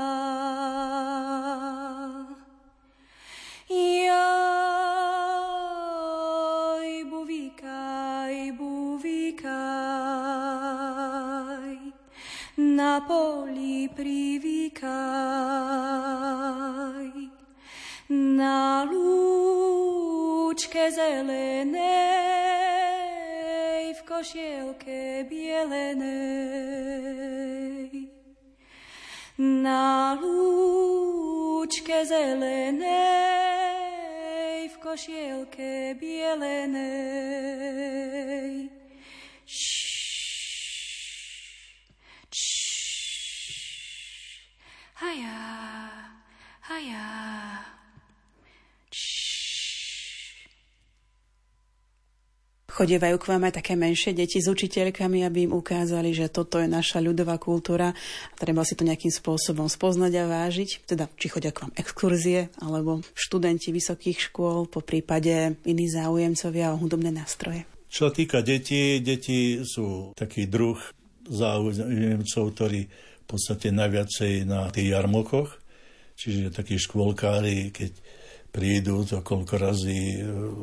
Na poli privykaj, na lúčke zelenej, v košielke bielenej. Na lúčke zelenej, v košielke bielenej. Haja, haja. Chodievajú k vám aj také menšie deti s učiteľkami, aby im ukázali, že toto je naša ľudová kultúra a treba si to nejakým spôsobom spoznať a vážiť. Teda, či chodia k vám exkurzie, alebo študenti vysokých škôl, po prípade iní záujemcovia o hudobné nástroje. Čo týka detí, deti sú taký druh záujemcov, ktorí v podstate najviacej na tých jarmokoch, čiže takí škôlkári, keď prídu, to koľko razy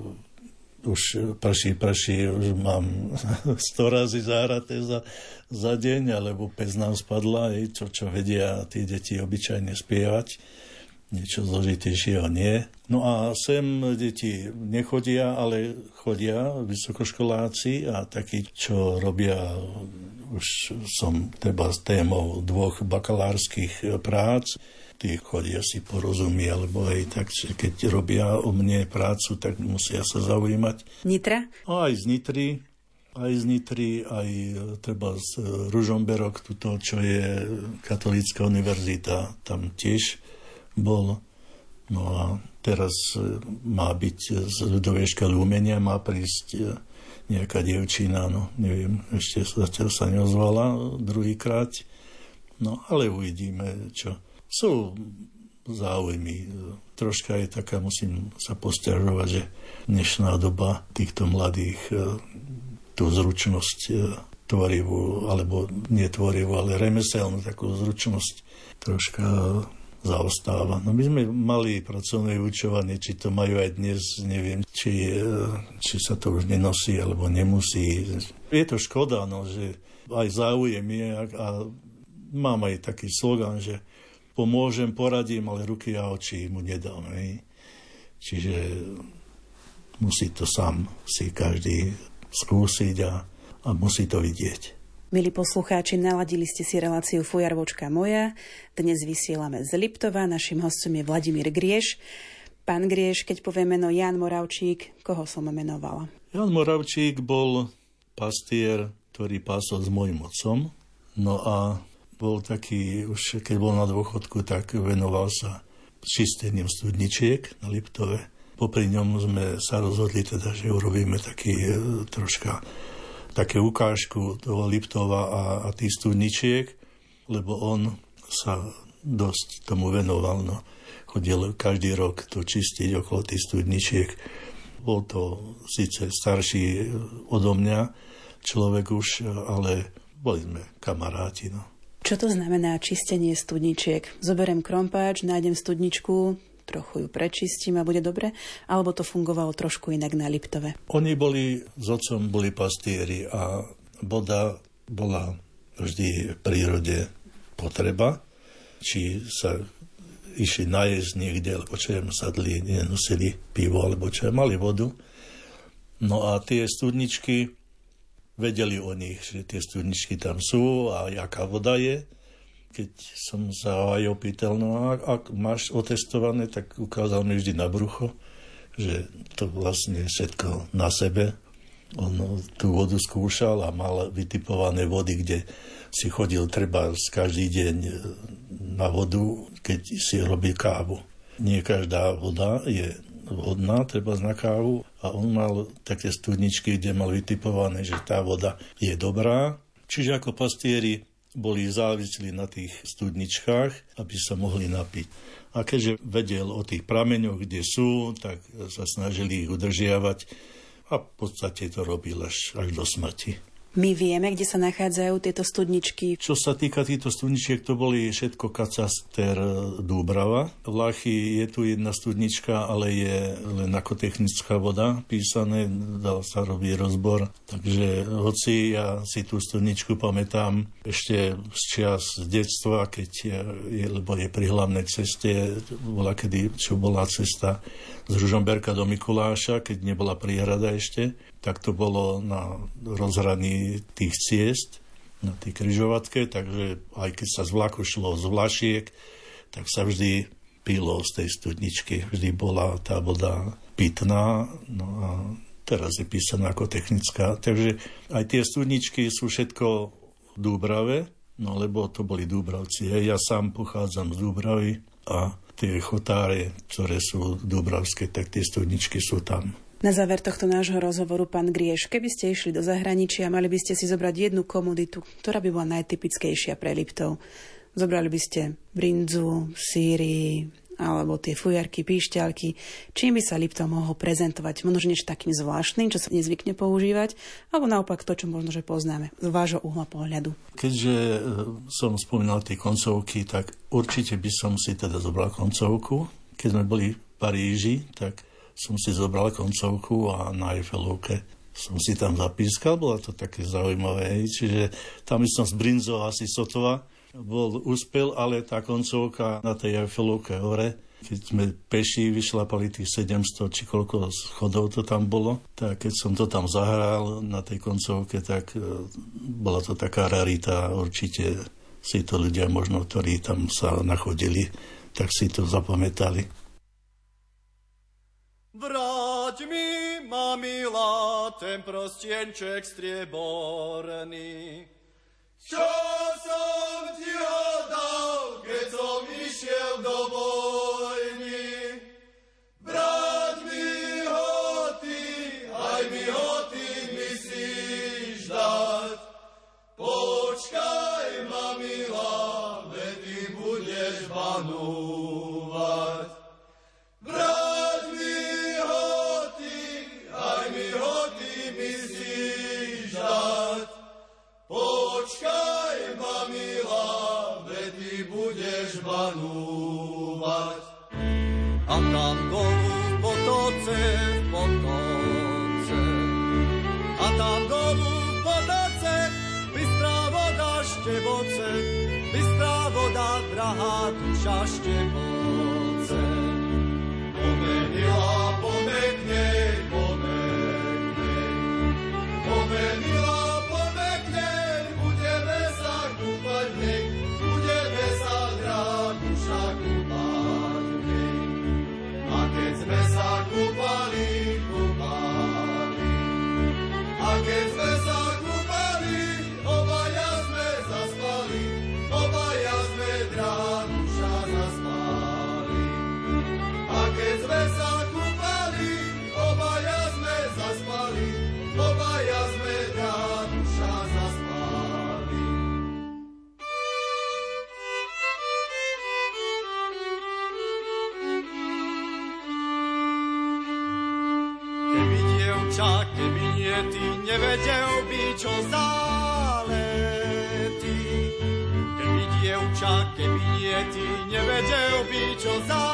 už prší, prší, už mám sto razy zahraté za, za deň, alebo pec nám spadla, čo, čo vedia tí deti obyčajne spievať, niečo zložitejšieho nie. No a sem deti nechodia, ale chodia vysokoškoláci a takí, čo robia, už som teda s témou dvoch bakalárskych prác, tí chodia si porozumie, alebo aj tak, keď robia o mne prácu, tak musia sa zaujímať. Nitra? Aj z Nitry, aj z Nitry, aj treba z Ružomberok, tuto, čo je katolícka univerzita, tam tiež bol. No a teraz má byť z ľudovej školy umenia, má prísť nejaká dievčina, no neviem, ešte zatiaľ sa neozvala druhýkrát. No ale uvidíme, čo. Sú záujmy. Troška je taká, musím sa posťažovať, že dnešná doba týchto mladých tú zručnosť tvorivú, alebo netvorivú, ale remeselnú takú zručnosť troška zaostáva. No my sme mali pracovné vyučovanie, či to majú aj dnes, neviem, či, či sa to už nenosí, alebo nemusí. Je to škoda, no, že aj záujem je a mám aj taký slogan, že pomôžem, poradím, ale ruky a oči mu nedám. Hej. Čiže musí to sám si každý skúsiť a, a musí to vidieť. Milí poslucháči, naladili ste si reláciu Fujarvočka moja. Dnes vysielame z Liptova. Naším hostom je Vladimír Grieš. Pán Grieš, keď povie meno Ján Moravčík, koho som menovala? Ján Moravčík bol pastier, ktorý pásol s mojím otcom. No a bol taký, už keď bol na dôchodku, tak venoval sa čistením studničiek na Liptove. Popri ňom sme sa rozhodli teda, že urobíme taký troška také ukážku toho Liptova a, a tých studničiek, lebo on sa dosť tomu venoval. No. Chodil každý rok to čistiť okolo tých studničiek. Bol to síce starší odo mňa človek už, ale boli sme kamaráti. No. Čo to znamená čistenie studničiek? Zoberiem krompáč, nájdem studničku, trochu ju prečistím a bude dobre? Alebo to fungovalo trošku inak na Liptove? Oni boli, s otcom boli pastieri a voda bola vždy v prírode potreba. Či sa išli najesť niekde, alebo čo jem sadli, nenosili pivo, alebo čo mali vodu. No a tie studničky, vedeli o nich, že tie studničky tam sú a jaká voda je. Keď som sa aj opýtal, no a ak máš otestované, tak ukázal mi vždy na brucho, že to vlastne všetko na sebe. On tú vodu skúšal a mal vytipované vody, kde si chodil treba každý deň na vodu, keď si robil kávu. Nie každá voda je vhodná, treba na kávu. A on mal také studničky, kde mal vytipované, že tá voda je dobrá. Čiže ako pastieri boli závislí na tých studničkách, aby sa mohli napiť. A keďže vedel o tých prameňoch, kde sú, tak sa snažili ich udržiavať a v podstate to robil až, až do smrti. My vieme, kde sa nachádzajú tieto studničky. Čo sa týka týchto studničiek, to boli všetko Kacaster Dúbrava. V Lachy je tu jedna studnička, ale je len ako technická voda písané, dal sa robiť rozbor. Takže hoci ja si tú studničku pamätám ešte z čias z detstva, keď je, lebo je pri hlavnej ceste, bola kedy, čo bola cesta z Ružomberka do Mikuláša, keď nebola priehrada ešte, tak to bolo na rozhraní tých ciest, na tej križovatke, takže aj keď sa z vlaku šlo z Vlašiek, tak sa vždy pilo z tej studničky. Vždy bola tá voda pitná, no a teraz je písaná ako technická. Takže aj tie studničky sú všetko v Dúbrave, no lebo to boli Dúbravci. Ja sám pochádzam z Dúbravy a tie chotáre, ktoré sú dúbravské, tak tie studničky sú tam. Na záver tohto nášho rozhovoru, pán Grieš, keby ste išli do zahraničia, mali by ste si zobrať jednu komoditu, ktorá by bola najtypickejšia pre Liptov. Zobrali by ste brinzu, síry, alebo tie fujarky, píšťalky. Čím by sa Liptov mohol prezentovať? Možno niečo takým zvláštnym, čo sa nezvykne používať, alebo naopak to, čo možno, že poznáme z vášho uhla pohľadu. Keďže som spomínal tie koncovky, tak určite by som si teda zobral koncovku. Keď sme boli v Paríži, tak som si zobral koncovku a na Eiffelovke som si tam zapískal. Bolo to také zaujímavé. Čiže tam by som s brinzou asi sotva bol úspel, ale tá koncovka na tej Eiffelovke hore, keď sme peši vyšlapali tých sedemsto, či koľko schodov to tam bolo, tak keď som to tam zahral na tej koncovke, tak bola to taká rarita. Určite si to ľudia možno, ktorí tam sa nachodili, tak si to zapamätali. Vrať mi, mamila, ten prostienček strieborný. Čo som ti ho dal, keď som išiel do vojny? Vrať mi ho ty, aj mi ho ty myslíš dať. Počkaj, mamila, veď ty budeš banúvať. Vrať mi ho ty, aj mi ho ty myslíš dať. Počkaj, mamila, veď ty budeš banúvať. A tam dolu v potoce, v potoce, a tam dolu v potoce, bystrá voda šteboce, bystrá voda, drahá duša šteboce. Pomenila, pomekne, pomekne, dievča, keby nie ty, nevedel by, čo záletí. Keby dievča, keby nie ty, nevedel by, čo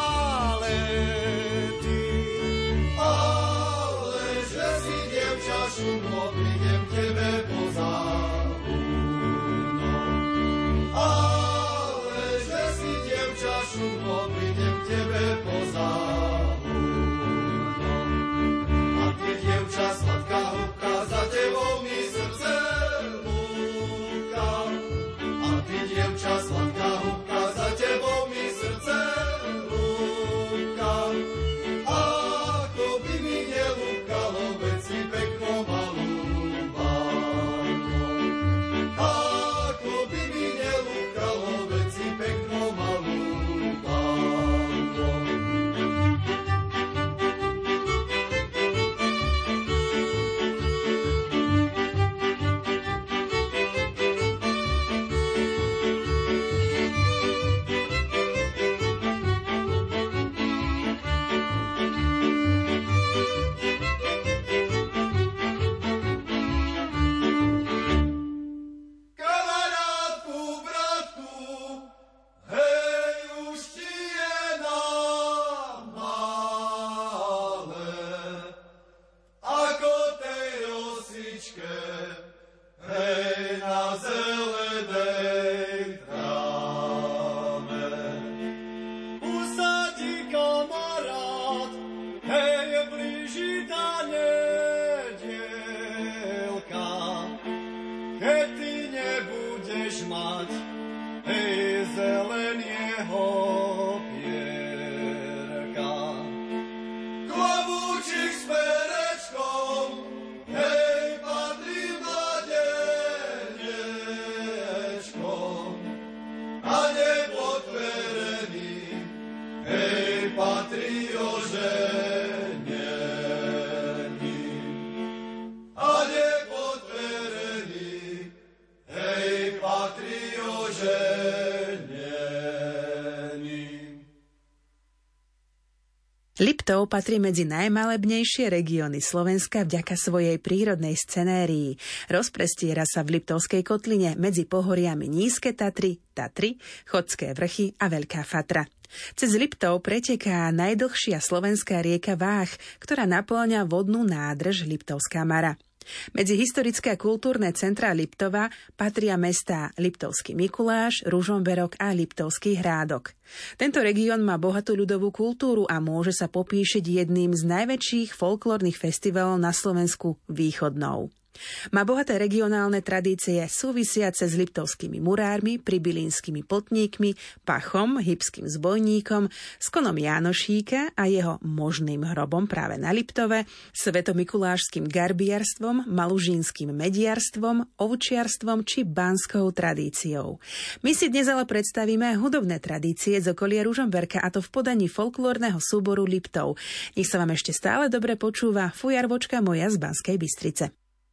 záletí. Ale že si dievča šumlo, prídem tebe pozahúdom. Ale že si dievča šumlo, prídem tebe pozahúdom. A ty dievča sladká húbka, za tebou mi srdce lúka. A ty dievča sladká húbka, za tebou mi srdce lúka. Ako by mi nelúkalo, veď si pekno ma lúbalo. Ako by mi nelúkalo, veď si pekno ma lúbalo. Kamarátku, bratku, hej, už ti je nám malé, ako tej rosičke, hej, na zelenej tráve. Usadí kamarát, hej, blíži tá nedielka, keď ty nebudeš mať, hej, zeleného pierka. Klobúčik s perečkom, hej, patrí mladenečkom. A nepotverený, hej, patrí oženeným. A nepotverený, hej, patrí oženeným. Liptov patrí medzi najmalebnejšie regióny Slovenska vďaka svojej prírodnej scenérii. Rozprestiera sa v Liptovskej kotline medzi pohoriami Nízke Tatry, Tatry, Chodské vrchy a Veľká Fatra. Cez Liptov preteká najdlhšia slovenská rieka Váh, ktorá napĺňa vodnú nádrž Liptovská Mara. Medzi historické a kultúrne centrá Liptova patria mestá Liptovský Mikuláš, Ružomberok a Liptovský Hrádok. Tento región má bohatú ľudovú kultúru a môže sa popíšiť jedným z najväčších folklórnych festivalov na Slovensku Východnou. Má bohaté regionálne tradície súvisiace s liptovskými murármi, pribylinskými plotníkmi, Pachom, hybským zbojníkom, s konom Jánošíka a jeho možným hrobom práve na Liptove, svetomikulášským garbiarstvom, malužínskym mediarstvom, ovčiarstvom či banskou tradíciou. My si dnes ale predstavíme hudobné tradície z okolia Ružomberka, a to v podaní folklórneho súboru Liptov. Nech sa vám ešte stále dobre počúva fujarvočka moja z Banskej Bystrice.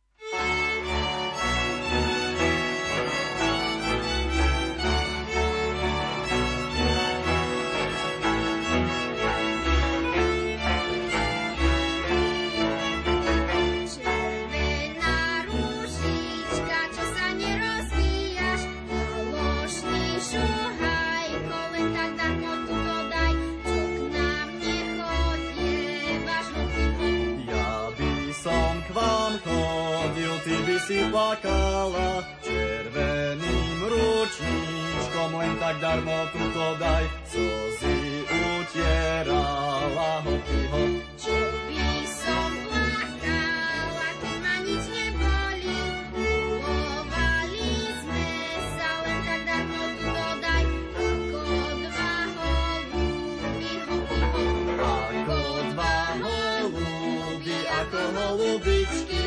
Si plakala červeným ručníčkom, len tak darmo tuto daj, slzy utierala hokyho. Čo by som plakala, keď ma nič neboli, milovali sme sa, len tak darmo tuto daj, ako dva holúby hokyho. Ako dva holúby, ako holubičky,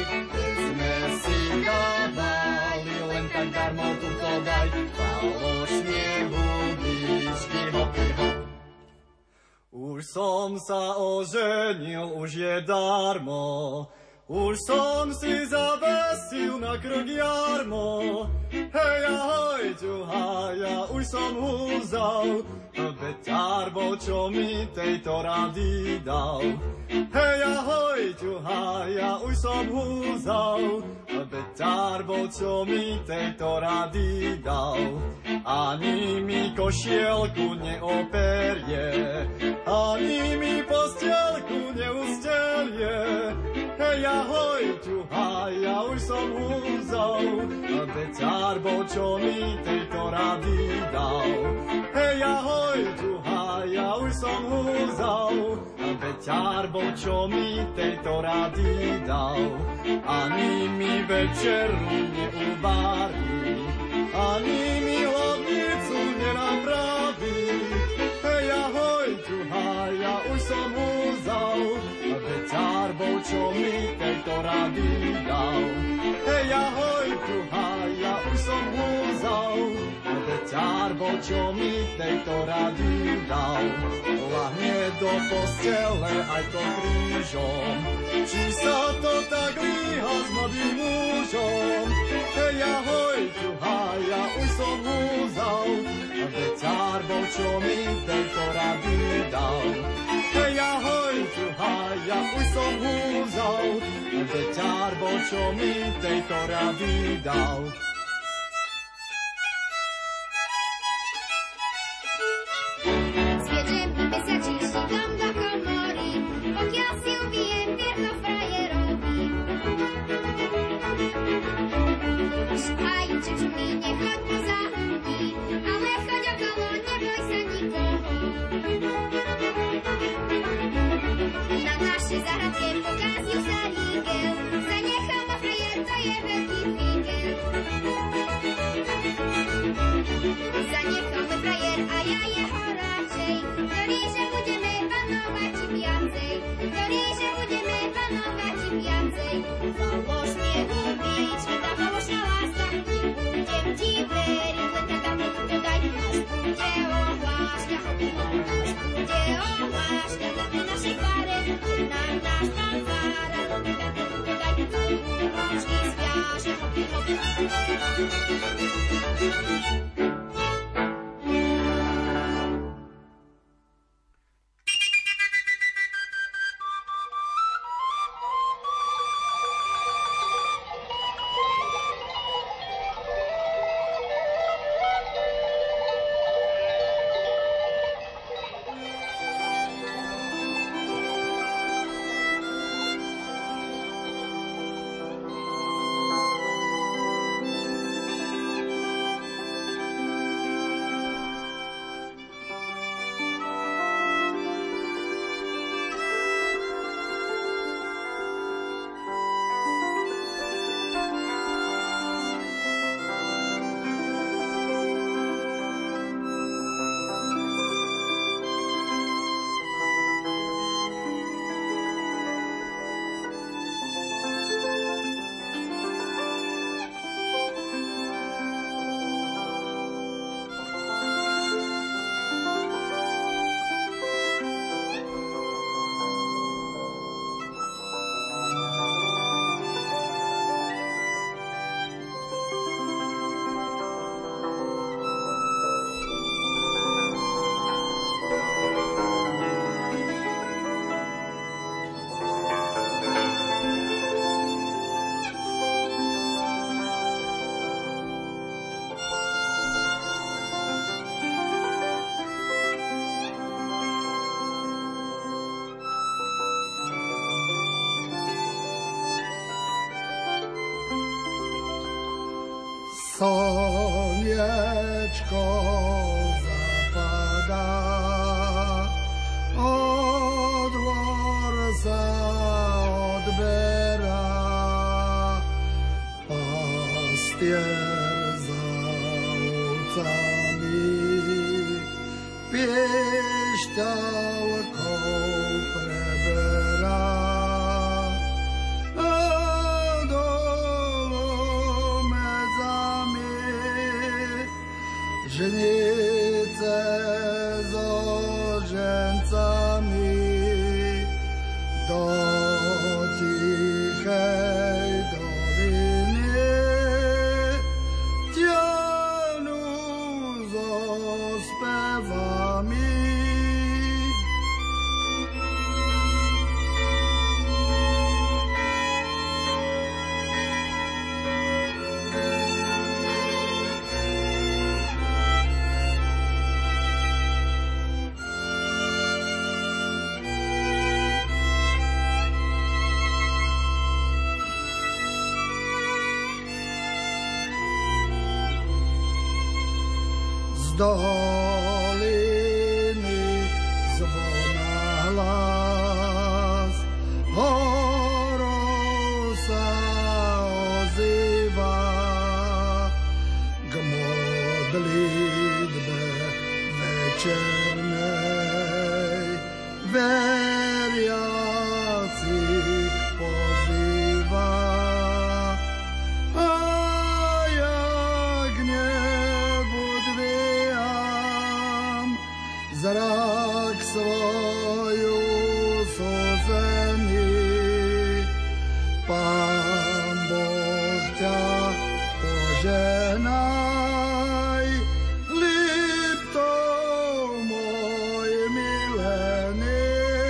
dávali, len tak darmo tuto daj, falošne hubičky, hopi, hop. Už som sa oženil, už je darmo, už som si zavesel nosil na krk jarmo. Hej, ahoj, ťuhaj, ja už som húzal, beťar bol, čo mi tejto rady dal. Hej, ahoj, ťuhaj, ja už som húzal, beťar bol, čo mi tejto rady dal. Ani mi košielku neoperie, ani mi postielku neustelie. Hej, ahoj, ťuhaj, ja už som húzal, beťar bol, čo mi tejto rady dal. Hej, ahoj, ťuhaj, ja už som húzal, beťar bol, čo mi tejto rady dal. Ani mi večeru neuvarí, ani mi hlavnicu nenapraví. Hej, ahoj, ťuhaj, ja už som húzal, beťar bol, čo mi tejto rady dal. Hej, ahoj, ťuhaj, ja už som húzal, beťar bol, čo mi tejto rady dal. Lahne do postele aj to krížom, či sa to tak líha s mladým mužom. Hej, ahoj, ťuhaj, ja už som húzal, beťar bol, čo mi tejto rady dal. Hej, ahoj, ťuhaj, ja už som húzal, beťar bol, čo mi tejto rady dal. Slniečko zapadá, od dvor sa odberá, pastier za ovcami piešťalkou preberá. Ženice so žencami do tichej doliny doliny zvona hlas, horou sa ozýva k modlitbe večernej, veriacich pozýva. A ja k nebu dvíham zrak svoju súzený. Pán Boh ťa poženaj, Liptov môj milený.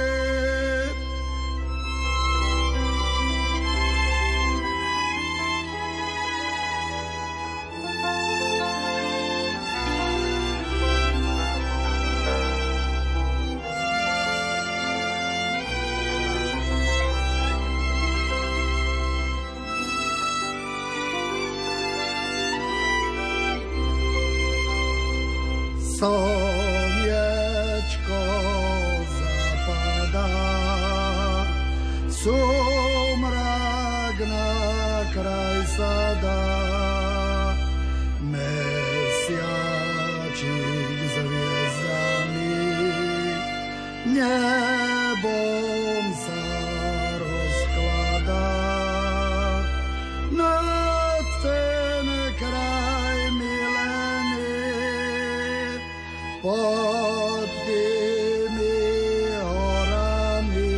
Slniečko zapadá, sumrak na kraj sa dá, mesiačik s hviezdami nebom sa rozkladá. Nad ten kraj milený pod tými horami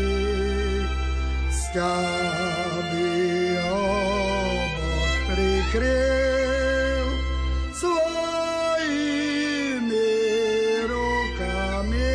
sťaby obok prikryl svojimi rukami.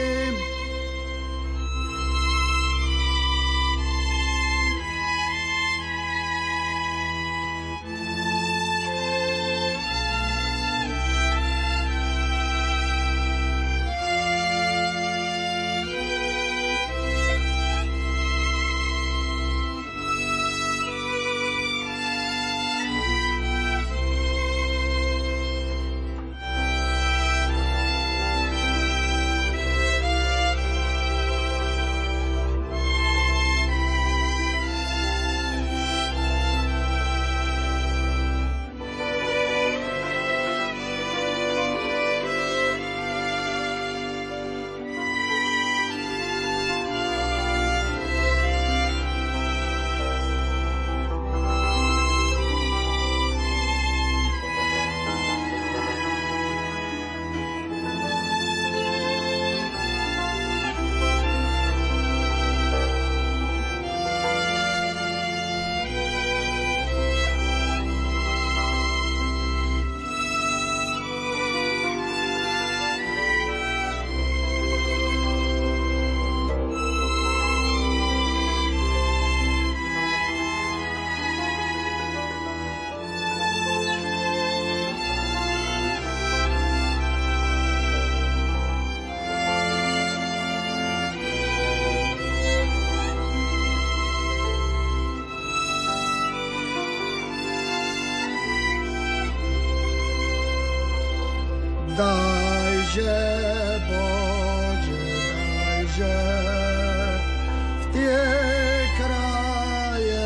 Dajže, Bože, dajže v tie kraje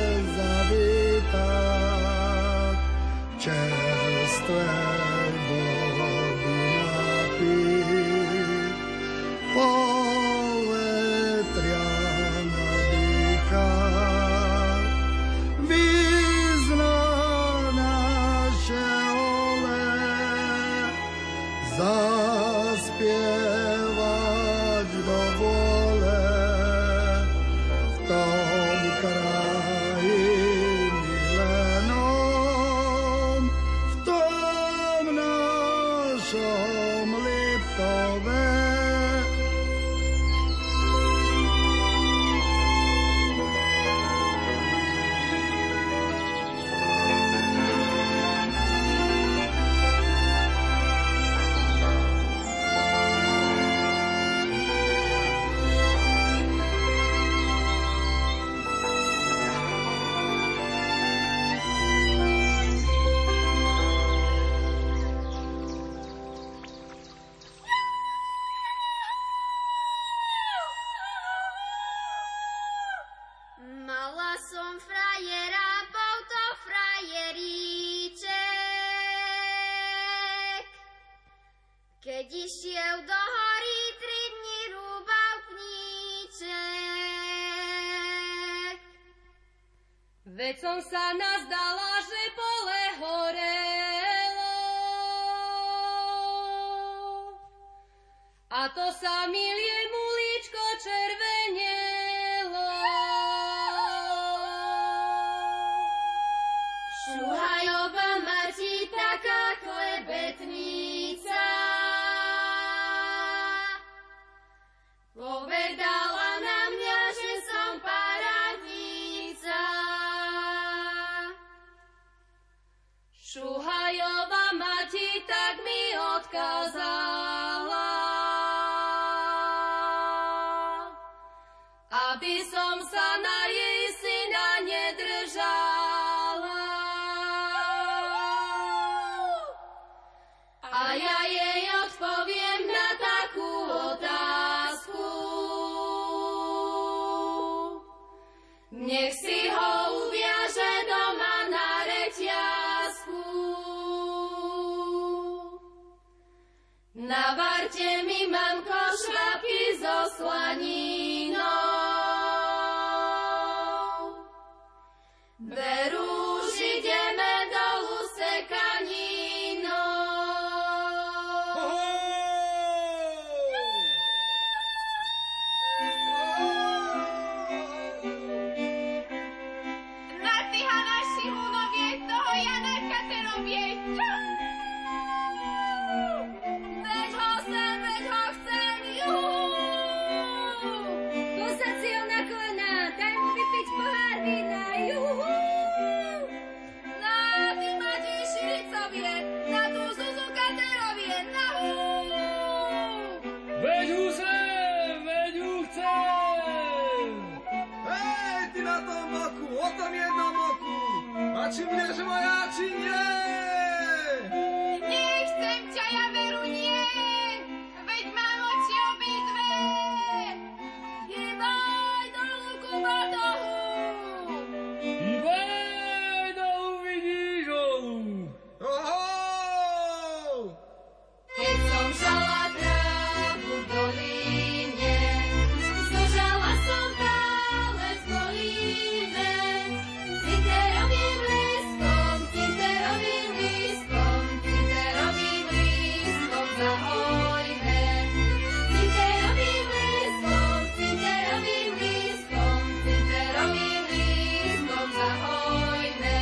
zavítať, čerstvej vody napiť, povetria nadýchať, vyzna naše ole, zaspievať do vody. Keď išiel do hory, tri dni rúbal pníček. Veď som sa nazdala, že pole horelo. A to sa milie mulíčko červenelo. Šuhajová Mati, taká klebetnica, povedala na mňa, že som parádnica. Šuhajová Mati tak mi odkázala, aby som sa na jej syna nedržala. A ja jej odpoviem na takú otázku. Nech si ho uviaže doma na reťazku. Navarte mi, mamko, šľapky so slaninou. Veru, už ideme dolu sekaninou. Natyha naši hunovie, toho Jana Katerovie. Veď ho sem, veď ho chcem, juhu. Posad si ho na kolená, daj mu vypiť pohár vína, juhu. Na ty Mati Širicovie, na tú Zuzu Katerovie, na hú. Veď ju sem, veď ju chcem. Hej, ty na tom boku, o tom jednom oku. A či budeš moja, či nie? Nechcem ťa, ja veru nie, veď mám oči obidve. Hýbaj dolu ku batohu. Hýbaj, dolu vidíš olu. Oho! Keď som žala trávu v dolíne, zožala som palec v kolíne. Cinterovým lístkom, cinterovým lístkom, cinterovým lístkom zahojme. Cinterovým lístkom, cinterovým lístkom, cinterovým lístkom zahojme.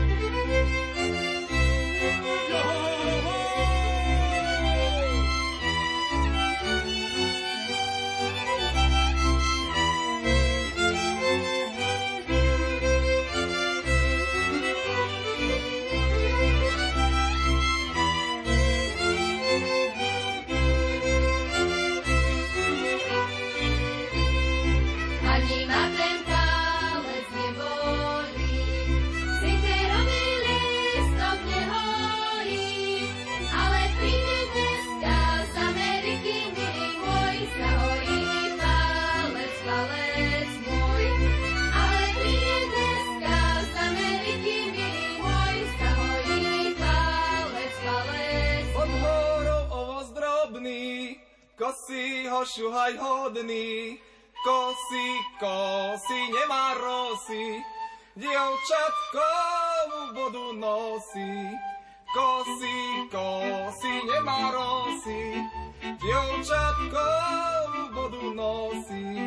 Ani ma ten palec nebolí, cinterový lístok neholí, ale príde dneska z Ameriky, milý môj, zahojí mi palec, palec môj. Ale príde dneska z Ameriky, milý môj, zahojí mi palec, palec Pod horou ovoz drobný, kosí ho šuhaj hodný. Kosí, kosí, nemá rosy, dievčatko mu vodu nosí. Kosí, kosí, nemá rosy, dievčatko mu vodu nosí.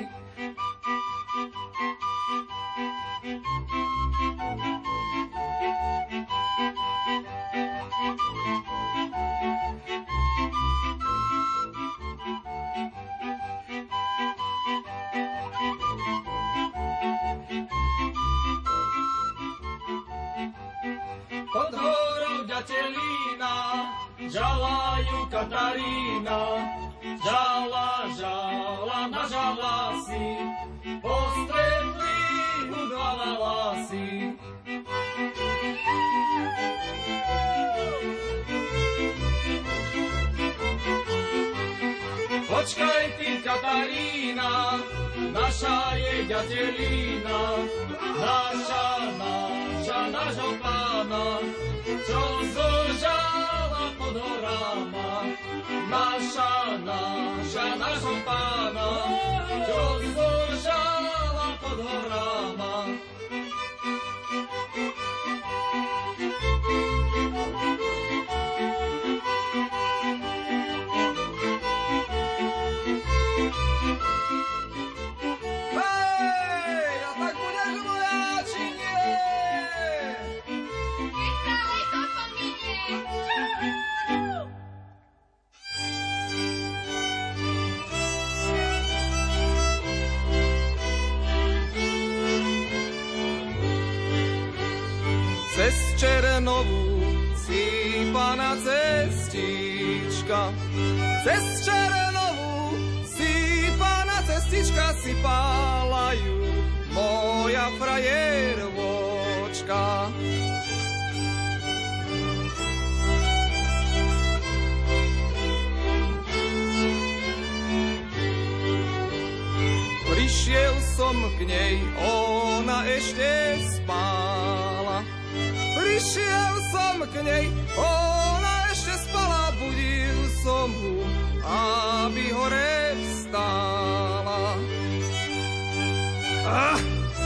Pod horou ďatelína, žalajú Katarína. Žala, žala, nažala si, postretli udvala lásy. Počkaj ty, Katarína, naša je ďatelína, naša, naša, nášho pána, čo zožala pod horama. naša, naša, našho pána, čo zúžala pod horama. Cez Černovú sípaná cestička, cez Černovú sípaná cestička, sypala ju moja frajervočka. Prišiel som k nej, ona ešte spála. Prišiel som k nej, ona ešte spala, budil som ju, aby hore vstála. Ah!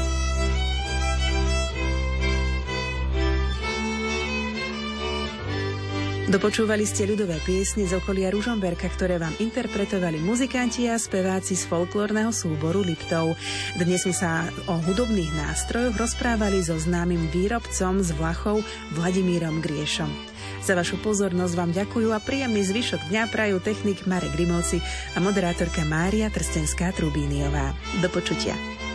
Dopočúvali ste ľudové piesne z okolia Ružomberka, ktoré vám interpretovali muzikanti a speváci z folklórneho súboru Liptov. Dnes sme sa o hudobných nástrojoch rozprávali so známym výrobcom z Vlachov Vladimírom Griešom. Za vašu pozornosť vám ďakujú a príjemný zvyšok dňa prajú technik Marek Grimovci a moderátorka Mária Trstenská-Trubíniová. Do počutia.